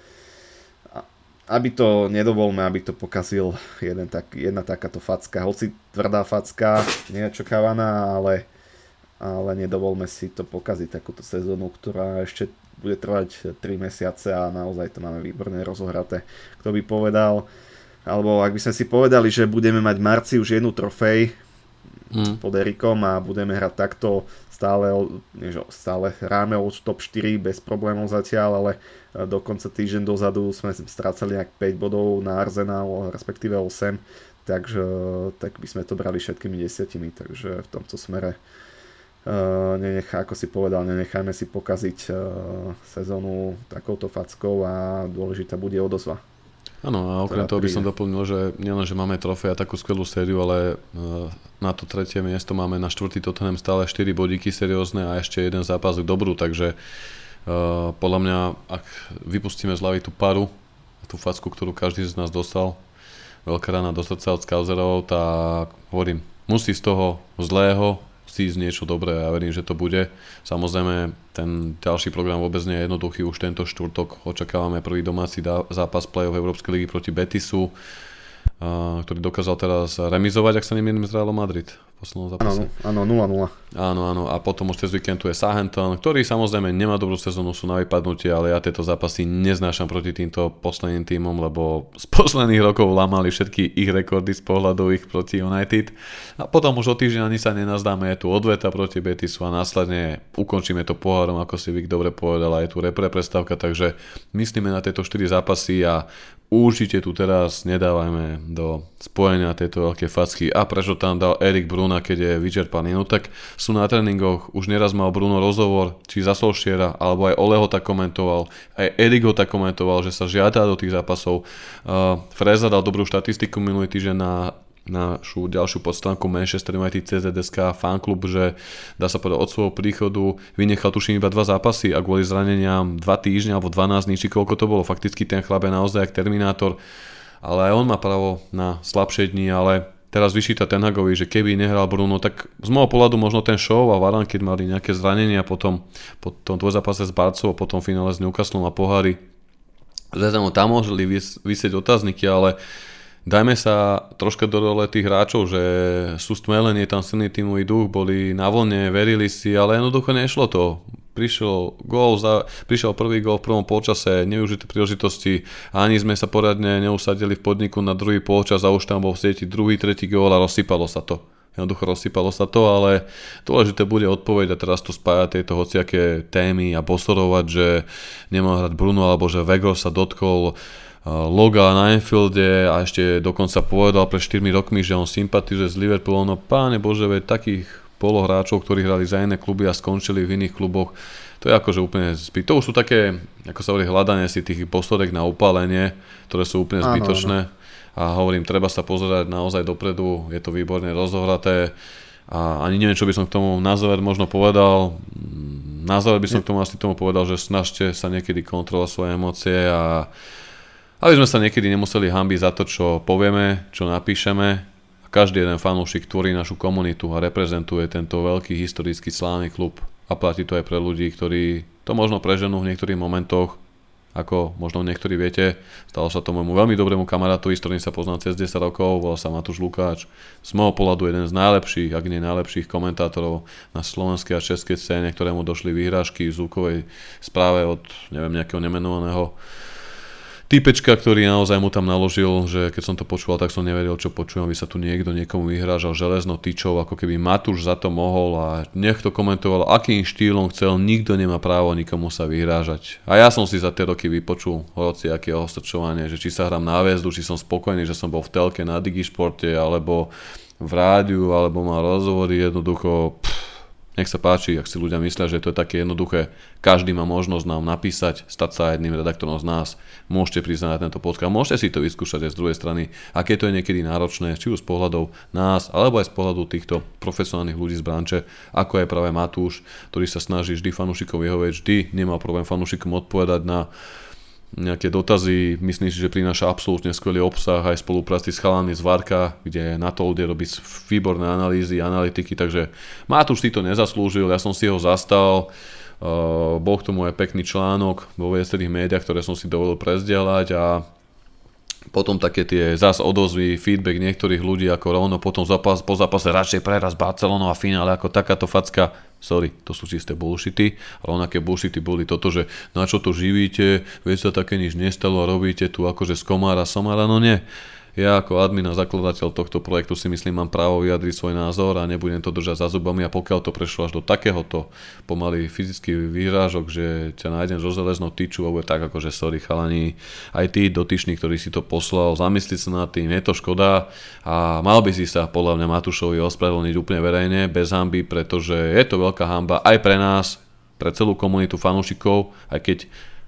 aby to nedovolme, aby to pokazil jedna takáto facka, hoci tvrdá facka, neočakávaná, ale nedovolme si to pokaziť, takúto sezónu, ktorá ešte bude trvať 3 mesiace a naozaj to máme výborne rozohraté. Kto by povedal, alebo ak by sme si povedali, že budeme mať v marci už jednu trofej pod Erikom a budeme hrať takto stále hráme o top 4 bez problémov zatiaľ, ale dokonca týždeň dozadu sme strácali nejak 5 bodov na Arsenal, respektíve 8, takže tak by sme to brali všetkými 10, takže v tomto smere ako si povedal, nenechajme si pokaziť sezónu takouto fackou a dôležitá bude odozva. Áno, a okrem toho by som doplnil, že nielen, že máme trofej a takú skvelú sériu, ale na to 3. miesto máme na 4. Tottenham stále 4 bodíky seriózne a ešte jeden zápas k dobru, takže podľa mňa, ak vypustíme z hlavy tú paru, tú facku, ktorú každý z nás dostal, veľká rana do srdca od Skauzerov, tak hovorím, musí z toho zlého, z cítiť niečo dobré a ja verím, že to bude. Samozrejme, ten ďalší program vôbec nie je jednoduchý. Už tento štvrtok očakávame prvý domáci zápas play-off Európskej ligy proti Betisu, ktorý dokázal teraz remizovať, ak sa nemýlim, s Realom Madrid v poslednom zápase. Áno, 0-0. Áno, a potom už cez víkend tu je Southampton, ktorý samozrejme nemá dobrú sezónu, sú na vypadnutie, ale ja tieto zápasy neznášam proti týmto posledným tímom, lebo z posledných rokov lámali všetky ich rekordy z pohľadu ich proti United. A potom už o týždeň ani sa nenazdáme, je tu odveta proti Betisu a následne ukončíme to pohárom, ako si Vik dobre povedal, a je tu repre prestávka, takže myslíme na tieto 4 zápasy a určite tu teraz nedávajme do spojenia tieto veľké facky. A prečo tam dal Erik Bruna, keď je vyčerpaný? No tak sú na tréningoch, už neraz mal Bruno rozhovor, či za Solskjaera, alebo aj Ole ho tak komentoval, aj Erik ho tak komentoval, že sa žiada do tých zápasov. Freza dal dobrú štatistiku minulý týždeň na našu ďalšiu podstránku Manchester United CZSK fanklub, že dá sa povedať od svojho príchodu vynechal tuším iba 2 zápasy a kvôli zraneniam 2 týždne alebo 12 dní, či koľko to bolo. Fakticky ten chlap je naozaj jak Terminátor, ale aj on má právo na slabšie dni, ale teraz vyčíta Ten Hagovi, že keby nehral Bruno, tak z môjho pohľadu možno ten show a Varane, keď mali nejaké zranenia po tom dvojzápase s Barcou a potom finále s Newcastlom a pohári, že tam mohli vysieť otázniky, ale dajme sa troška do role tých hráčov, že sú stmelení, tam silný tímový duch, boli na vlne, verili si, ale jednoducho nešlo to. Prišiel prvý gól v prvom polčase, nevyužité príležitosti a ani sme sa poriadne neusadili v podniku na druhý polčas a už tam bol v sieti druhý, tretí gól a rozsypalo sa to. Jednoducho rozsypalo sa to, ale dôležité bude odpoveď a teraz tu spájať tieto hociaké témy a pozorovať, že nemal hrať Bruno alebo že Weghorst sa dotkol loga na Anfielde a ešte dokonca povedal pred 4 rokmi, že on sympatizuje s Liverpoolom. No páne Bože, veď takých polohráčov, ktorí hrali za iné kluby a skončili v iných kluboch, to je akože úplne To už sú také, ako sa hovorí, hľadanie si tých posledek na upálenie, ktoré sú úplne zbytočné. A hovorím, treba sa pozerať naozaj dopredu, je to výborne rozohraté a ani neviem, čo by som k tomu na záver možno povedal. Na záver by som k tomu asi povedal, že snažte sa niekedy kontrolovať svoje emócie a aby sme sa niekedy nemuseli hanbiť za to, čo povieme, čo napíšeme. A každý jeden fanúšik tvorí našu komunitu a reprezentuje tento veľký historický slávny klub. A platí to aj pre ľudí, ktorí to možno preženú v niektorých momentoch, ako možno niektorí viete. Stalo sa to môjmu veľmi dobrému kamarátovi, s ktorým sa poznám cez 10 rokov, volal sa Matúš Lukáč. Z môjho pohľadu jeden z najlepších, ak nie najlepších komentátorov na slovenskej a českej scéne, ktorému došli vyhrážky v zvukovej správe od nejakého nemenovaného týpečka, ktorý naozaj mu tam naložil, že keď som to počúval, tak som nevedel, čo počujem, aby sa tu niekto niekomu vyhrážal železnou tyčou, ako keby Matúš za to mohol a nech to komentoval, akým štýlom chcel, nikto nemá právo nikomu sa vyhrážať. A ja som si za tie roky vypočul hociaké ostrčovanie, že či sa hrám na Hviezdu, či som spokojný, že som bol v telke na Digišporte, alebo v rádiu, alebo mal rozhovory, jednoducho nech sa páči, ak si ľudia myslia, že to je také jednoduché. Každý má možnosť nám napísať, stať sa jedným redaktorom z nás. Môžete prísť na tento podcast, môžete si to vyskúšať aj z druhej strany, aké to je niekedy náročné, či už z pohľadov nás, alebo aj z pohľadu týchto profesionálnych ľudí z branče, ako je práve Matúš, ktorý sa snaží vždy fanúšikom vyhovieť, vždy nemá problém fanúšikom odpovedať na nejaké dotazy, myslím si, že prináša absolútne skvelý obsah aj spolupráci s chalami z Varka, kde na to ľudia robí výborné analýzy, analytiky, takže Matúš si to nezaslúžil, ja som si ho zastal, bol k tomu aj pekný článok vo viacerých médiách, ktoré som si dovolil prezdieľať a potom také tie zás odozvy, feedback niektorých ľudí, ako rovno potom po zápase radšej preraz Barcelonou a finále ako takáto facka. Sorry, to sú čisté bullshity. Rovnaké bullshity boli toto, že na čo to živíte, veď sa také nič nestalo a robíte tu akože z komára somára, no nie. Ja ako admin a zakladateľ tohto projektu si myslím, mám právo vyjadriť svoj názor a nebudem to držať za zubami a pokiaľ to prešlo až do takéhoto pomaly fyzický výrážok, že ťa nájdem so železnou tyču a bude tak akože sorry chalani, aj tí dotyční, ktorý si to poslal, zamyslieť sa nad tým, je to škoda a mal by si sa podľa mňa Matúšovi ospravedlniť úplne verejne, bez hanby, pretože je to veľká hanba aj pre nás, pre celú komunitu fanúšikov, aj keď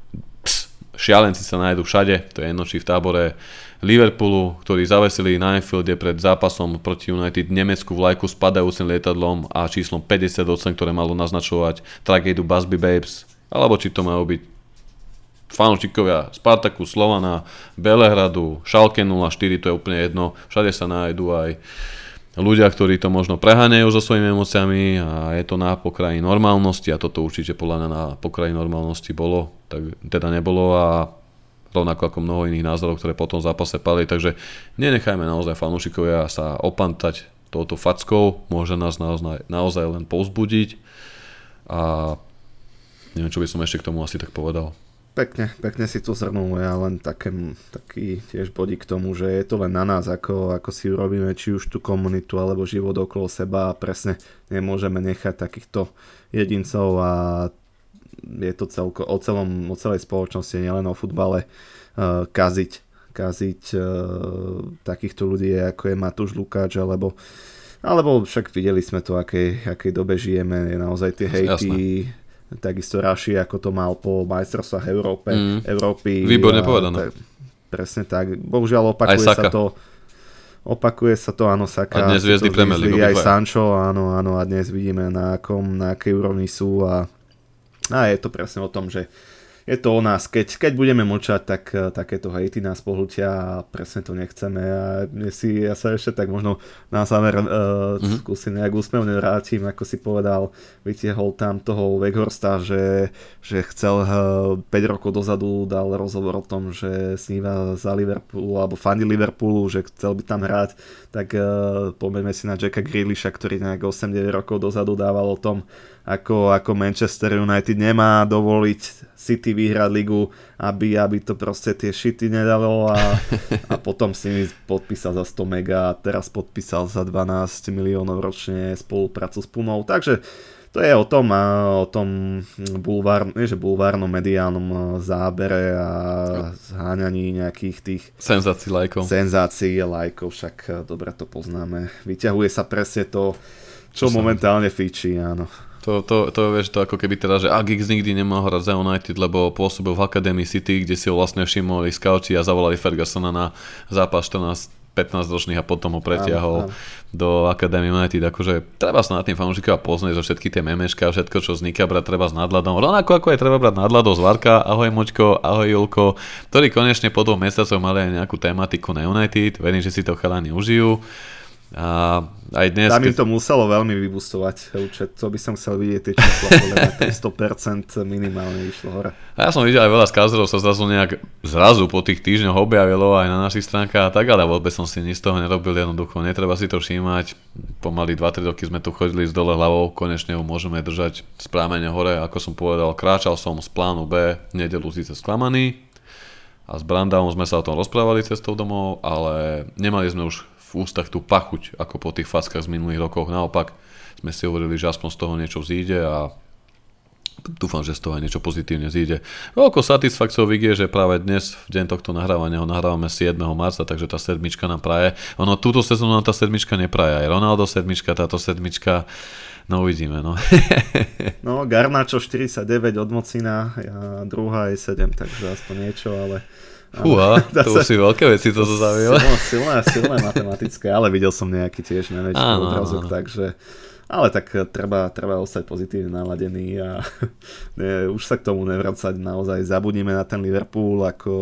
šialenci sa nájdu všade, to je jedno či v tábore Liverpoolu, ktorí zavesili na Anfielde pred zápasom proti United nemeckú vlajku s padajúcim lietadlom a číslom 58, ktoré malo naznačovať tragédiu Busby Babes, alebo či to majú byť fanúšikovia Spartaku, Slovana, Belehradu, Schalke 04, to je úplne jedno, všade sa nájdu aj ľudia, ktorí to možno preháňajú so svojimi emóciami a je to na pokraji normálnosti a toto určite podľa mňa na pokraji normálnosti bolo, tak teda nebolo a rovnako ako mnoho iných názorov, ktoré po tom zápase padli, takže nenechajme naozaj fanúšikovia sa opantať touto fackou, môže nás naozaj len povzbudiť a neviem, čo by som ešte k tomu asi tak povedal. Pekne si to zhrnul, ja len taký tiež bodík k tomu, že je to len na nás, ako si urobíme či už tú komunitu alebo život okolo seba a presne nemôžeme nechať takýchto jedincov a je to o celej spoločnosti, nielen o futbale, kaziť takýchto ľudí, ako je Matúš Lukáč, alebo však videli sme to, akej dobe žijeme, je naozaj tie hejty, takisto Raši, ako to mal po majstrovstvách Európy. Výborne povedané. Presne tak, bohužiaľ opakuje sa to, áno, Saka. A dnes hviezdy Premier League. Aj Sancho, áno, a dnes vidíme na akej úrovni sú a je to presne o tom, že je to o nás. Keď budeme mlčať, tak takéto hejty nás pohľutia a presne to nechceme. A ja sa ešte tak možno na záver skúsim nejak úsmevne vrátim, ako si povedal, vytiahol tam toho Weghorsta, že chcel 5 rokov dozadu, dal rozhovor o tom, že sníva za Liverpool alebo fandí Liverpoolu, že chcel by tam hrať, tak pomeňme si na Jacka Grealisha, ktorý nejak 8-9 rokov dozadu dával o tom, ako Manchester United nemá dovoliť City vyhrať ligu, aby to proste tie šity nedalo a potom si mi podpísal za 100 mega a teraz podpísal za 12 miliónov ročne spoluprácu s Pumou. Takže to je o tom bulvárnom mediálnom zábere a zháňaní nejakých tých senzácií lajkov, však dobre to poznáme. Vyťahuje sa presne to, čo momentálne fičí, áno. To vieš, to ako keby teda, že Giggs nikdy nemal hrať za United, lebo pôsobil v Academy City, kde si ho vlastne všimli scouti a zavolali Fergusona na zápas 14-15 ročných a potom ho pretiahol do Academy United. Akože treba sa na tým fanúšikov pozrieť, že všetky tie memečka a všetko, čo vzniká, brať treba s nadhľadom. Rovnako ako je treba brať nadhľadom z Varka, ahoj Močko, ahoj Julko, ktorí konečne po 2 mesiacoch mali aj nejakú tematiku na United. Verím, že si to chalani užijú. A aj dnes... Tam im to muselo veľmi vybustovať účet, to by som chcel vidieť tie čísla, podľa mňa 100% minimálne išlo hore. A ja som videl aj veľa skázerov sa zrazu po tých týždňoch objavilo aj na našich stránkach a tak, ale vôbec som si nič z toho nerobil, jednoducho netreba si to všímať, pomaly 2-3 roky sme tu chodili z dole hlavou, konečne ho môžeme držať z prámene hore, ako som povedal, kráčal som z plánu B, nedeľu síce sklamaný a s Brandavom sme sa o tom rozprávali cestou domov, ale nemali sme už v ústach tú pachuť, ako po tých fackách z minulých rokov. Naopak sme si hovorili, že aspoň z toho niečo vzíde a dúfam, že z toho aj niečo pozitívne vzíde. Veľkou satisfakciou vidie, že práve dnes, v deň tohto nahrávania, ho nahrávame 7. marca, takže tá sedmička nám praje. Ono túto sezónu nám tá sedmička nepraje. Aj Ronaldo sedmička, táto sedmička, no uvidíme, no. No, Garnacho 49 od Mocina, druhá je 7, takže aspoň niečo, ale... Fúha, to už si veľké veci to zaviel. Silné matematické, ale videl som nejaký tiež neväčší odrazok, takže... Ale tak treba ostať pozitívne naladený a už sa k tomu nevracať, naozaj zabudnime na ten Liverpool, ako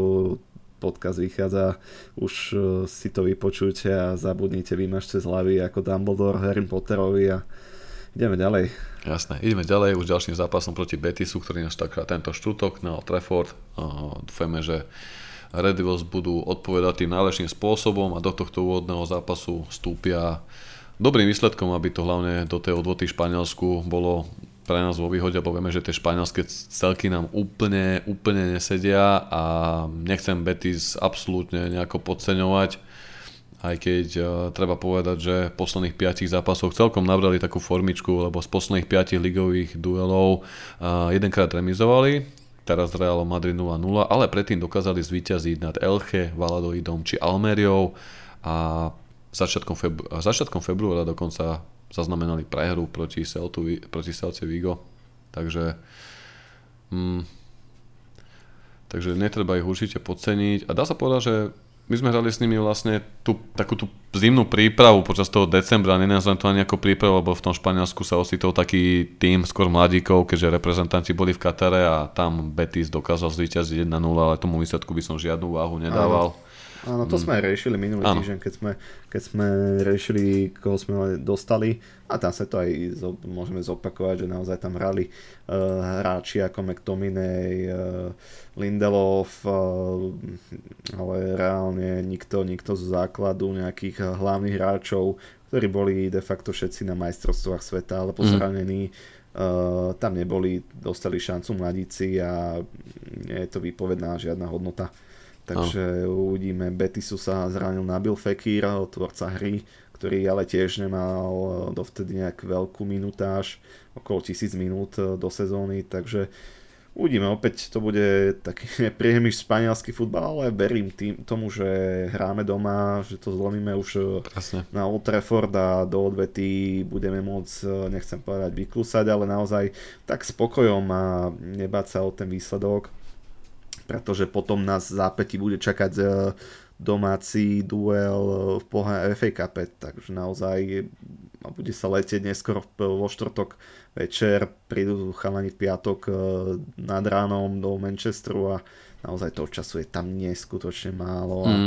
podcast vychádza, už si to vypočujte a zabudnite, vymažte z hlavy ako Dumbledore Harry Potterovi a ideme ďalej. Jasné, ideme ďalej už ďalším zápasom proti Betisu, ktorý nás čaká tento štvrtok na Old Trafford. Dúfajme, že Red Devils budú odpovedať tým najlepším spôsobom a do tohto úvodného zápasu vstúpia dobrým výsledkom, aby to hlavne do tej odvody Španielsku bolo pre nás vo výhode, lebo vieme, že tie španielské celky nám úplne nesedia a nechcem Betis absolútne nejako podceňovať, aj keď treba povedať, že v posledných 5 zápasoch celkom nabrali takú formičku, lebo z posledných 5 ligových duelov jedenkrát remizovali, teraz Real Madrid 0-0, ale predtým dokázali zvíťaziť nad Elche, Valladolidom či Almeriou a začiatkom februára dokonca zaznamenali prehru proti Celce Vigo, takže netreba ich určite podceniť a dá sa povedať, že my sme hrali s nimi vlastne takú tú zimnú prípravu počas toho decembra, nenazvem to ani ako prípravu, lebo v tom Španielsku sa ocitol taký tým skôr mladíkov, keďže reprezentanti boli v Katare a tam Betis dokázal zvíťaziť 1-0, ale tomu výsledku by som žiadnu váhu nedával. Áno, to sme riešili minulý týždeň, keď sme riešili, koho sme dostali, a tam sa to aj môžeme zopakovať, že naozaj tam hrali hráči ako McTominay, Lindelof, ale reálne nikto zo základu nejakých hlavných hráčov, ktorí boli de facto všetci na majstrovstvách sveta, ale pozranení, tam neboli, dostali šancu mladíci a nie je to výpovedná žiadna hodnota. Takže uvidíme. Betisu sa zranil Nabil Fekir, tvorca hry, ktorý ale tiež nemal dovtedy nejak veľkú minutáž, okolo 1000 minút do sezóny, takže uvidíme. Opäť to bude taký nepríjemný španielský futbal, ale verím tomu, že hráme doma, že to zlomíme už na Old Trafford a do odvety budeme môcť, nechcem povedať vyklúsať, ale naozaj tak spokojom a nebáť sa o ten výsledok, pretože potom nás v zápäti bude čakať domáci duel v FA Cupe, takže naozaj bude sa letieť neskôr vo štvrtok večer, prídu chalani v piatok nad ránom do Manchesteru a naozaj toho času je tam neskutočne málo a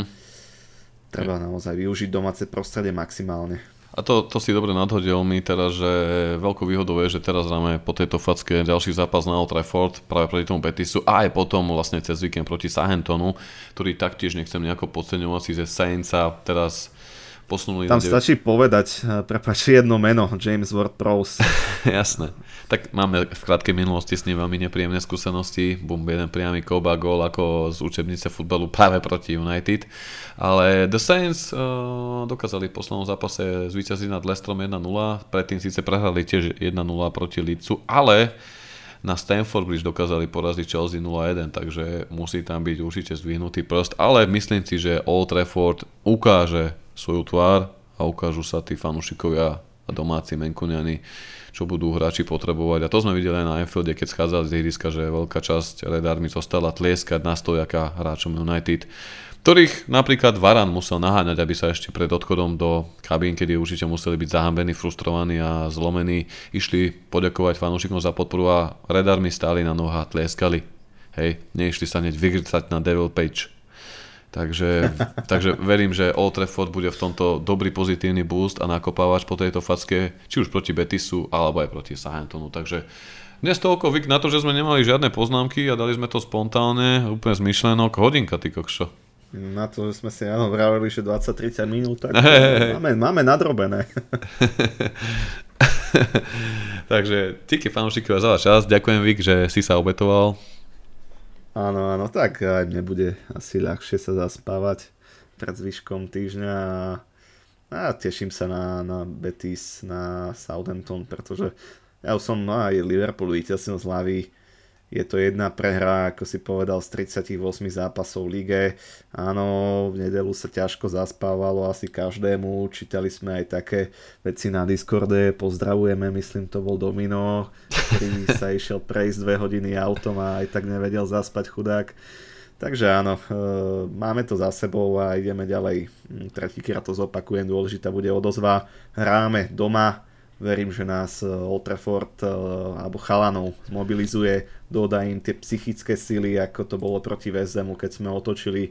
treba naozaj využiť domáce prostredie maximálne. A to si dobre nadhodil mi teraz, že veľkou výhodou je, že teraz hráme po tejto facke ďalší zápas na Old Trafford práve proti tomu Betisu a aj potom vlastne cez víkend proti Southamptonu, ktorý taktiež nechcem nejako podceňovať si, že Saints sa teraz posunuli. Tam stačí povedať, prepáč, jedno meno, James Ward-Prowse. Jasné. Tak máme v krátkej minulosti s ním veľmi nepríjemné skúsenosti. Jeden priamy koba gól ako z učebnice futbalu práve proti United. Ale The Saints dokázali v poslednom zápase zvíťaziť nad Leicesterom 1-0. Predtým síce prehrali tiež 1-0 proti Leedsu, ale na Stamford Bridge dokázali poraziť Chelsea 0-1, takže musí tam byť určite zdvihnutý prst. Ale myslím si, že Old Trafford ukáže svoju tvár a ukážu sa tí fanúšikovia a domáci Mancuniani, čo budú hráči potrebovať. A to sme videli aj na Anfielde, keď schádzali z ihriska, že veľká časť Red Army zostala tlieskať na stojaka hráčom United, ktorých napríklad Varane musel naháňať, aby sa ešte pred odchodom do kabín, kedy určite museli byť zahambení, frustrovaní a zlomení, išli poďakovať fanúšikom za podporu a Red Army stáli na nohách, tlieskali. Hej, neišli sa hneď vygrcať na Devil Page. Takže verím, že Old Trafford bude v tomto dobrý pozitívny boost a nakopávač po tejto facke, či už proti Betisu, alebo aj proti Southamptonu. Takže dnes toľko, Vik, na to, že sme nemali žiadne poznámky a dali sme to spontánne, úplne z myšlenok. Hodinka, ty kokšo. Na to, že sme si áno vravili, že 20-30 minút, tak máme nadrobené. Takže díky fanúšikovia za váš čas. Ďakujem, Vik, že si sa obetoval. Áno, tak aj mne bude asi ľahšie sa zaspávať pred zvyškom týždňa a teším sa na Betis, na Southampton, pretože ja už som aj Liverpool víťaz som z hlavy. Je to jedna prehra, ako si povedal, z 38 zápasov v lige. Áno, v nedeľu sa ťažko zaspávalo asi každému. Čítali sme aj také veci na Discorde. Pozdravujeme, myslím, to bol Domino, ktorý sa išiel prejsť 2 hodiny autom a aj tak nevedel zaspať chudák. Takže áno, máme to za sebou a ideme ďalej. Tretíkrát to zopakujem, dôležitá bude odozva. Hráme doma. Verím, že nás Old Trafford alebo chalanov zmobilizuje, dodá im tie psychické sily, ako to bolo proti West Hamu, keď sme otočili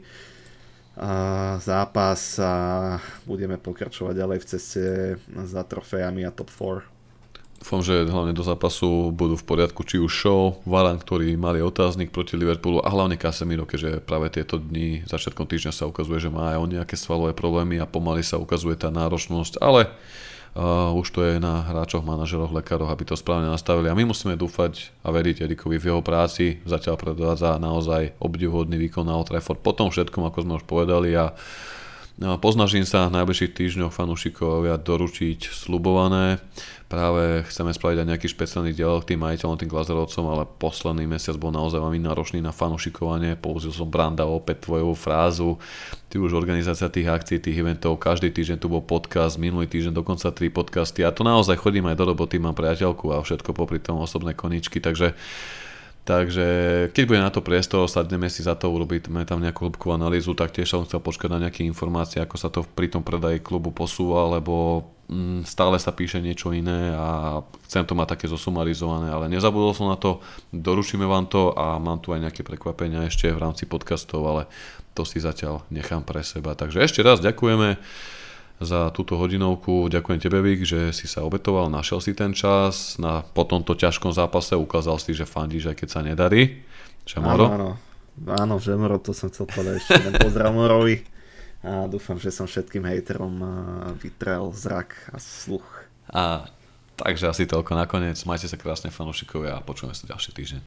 zápas a budeme pokračovať ďalej v ceste za trofejami a top 4. Dúfam, že hlavne do zápasu budú v poriadku či už Shaw, Varane, ktorý mali otáznik proti Liverpoolu a hlavne Casemiro, keďže práve tieto dni začiatkom týždňa sa ukazuje, že má aj on nejaké svalové problémy a pomaly sa ukazuje tá náročnosť, ale už to je na hráčoch, manažeroch, lekároch, aby to správne nastavili a my musíme dúfať a veriť Erikovi v jeho práci. Zatiaľ predvádza naozaj obdivuhodný výkon na Old Trafford po tom všetkom, ako sme už povedali a poznažím sa v najbližších týždňoch fanúšikovia doručiť sľubované. Práve chceme spraviť aj nejaký špeciálny dialog tým majiteľom, tým Glazerovcom, ale posledný mesiac bol naozaj veľmi náročný na fanúšikovanie. Použil som Branda opäť tvojovú frázu. Ty už organizácia tých akcií, tých eventov, každý týždeň tu bol podcast, minulý týždeň dokonca 3 podcasty a to naozaj chodím aj do roboty, mám priateľku a všetko popri tom osobné koničky, takže keď bude na to priestor, sadneme si za to, urobíme tam nejakú hĺbkovú analýzu, tak tiež som chcel počkať na nejaké informácie, ako sa to pri tom predaji klubu posúva, lebo stále sa píše niečo iné a chcem to mať také zosumarizované, ale nezabudol som na to, doručíme vám to a mám tu aj nejaké prekvapenia ešte v rámci podcastov, ale to si zatiaľ nechám pre seba. Takže ešte raz ďakujeme za túto hodinovku, ďakujem tebe, Vik, že si sa obetoval, našiel si ten čas, po tomto ťažkom zápase ukázal si, že fandíš, aj keď sa nedarí. Áno, Žemoro, to som chcel povedať ešte jeden pozdrav Morovi. A dúfam, že som všetkým hejterom vytrel zrak a sluch. Takže asi toľko nakoniec. Majte sa krásne, fanúšikovia, a počujeme sa ďalší týždeň.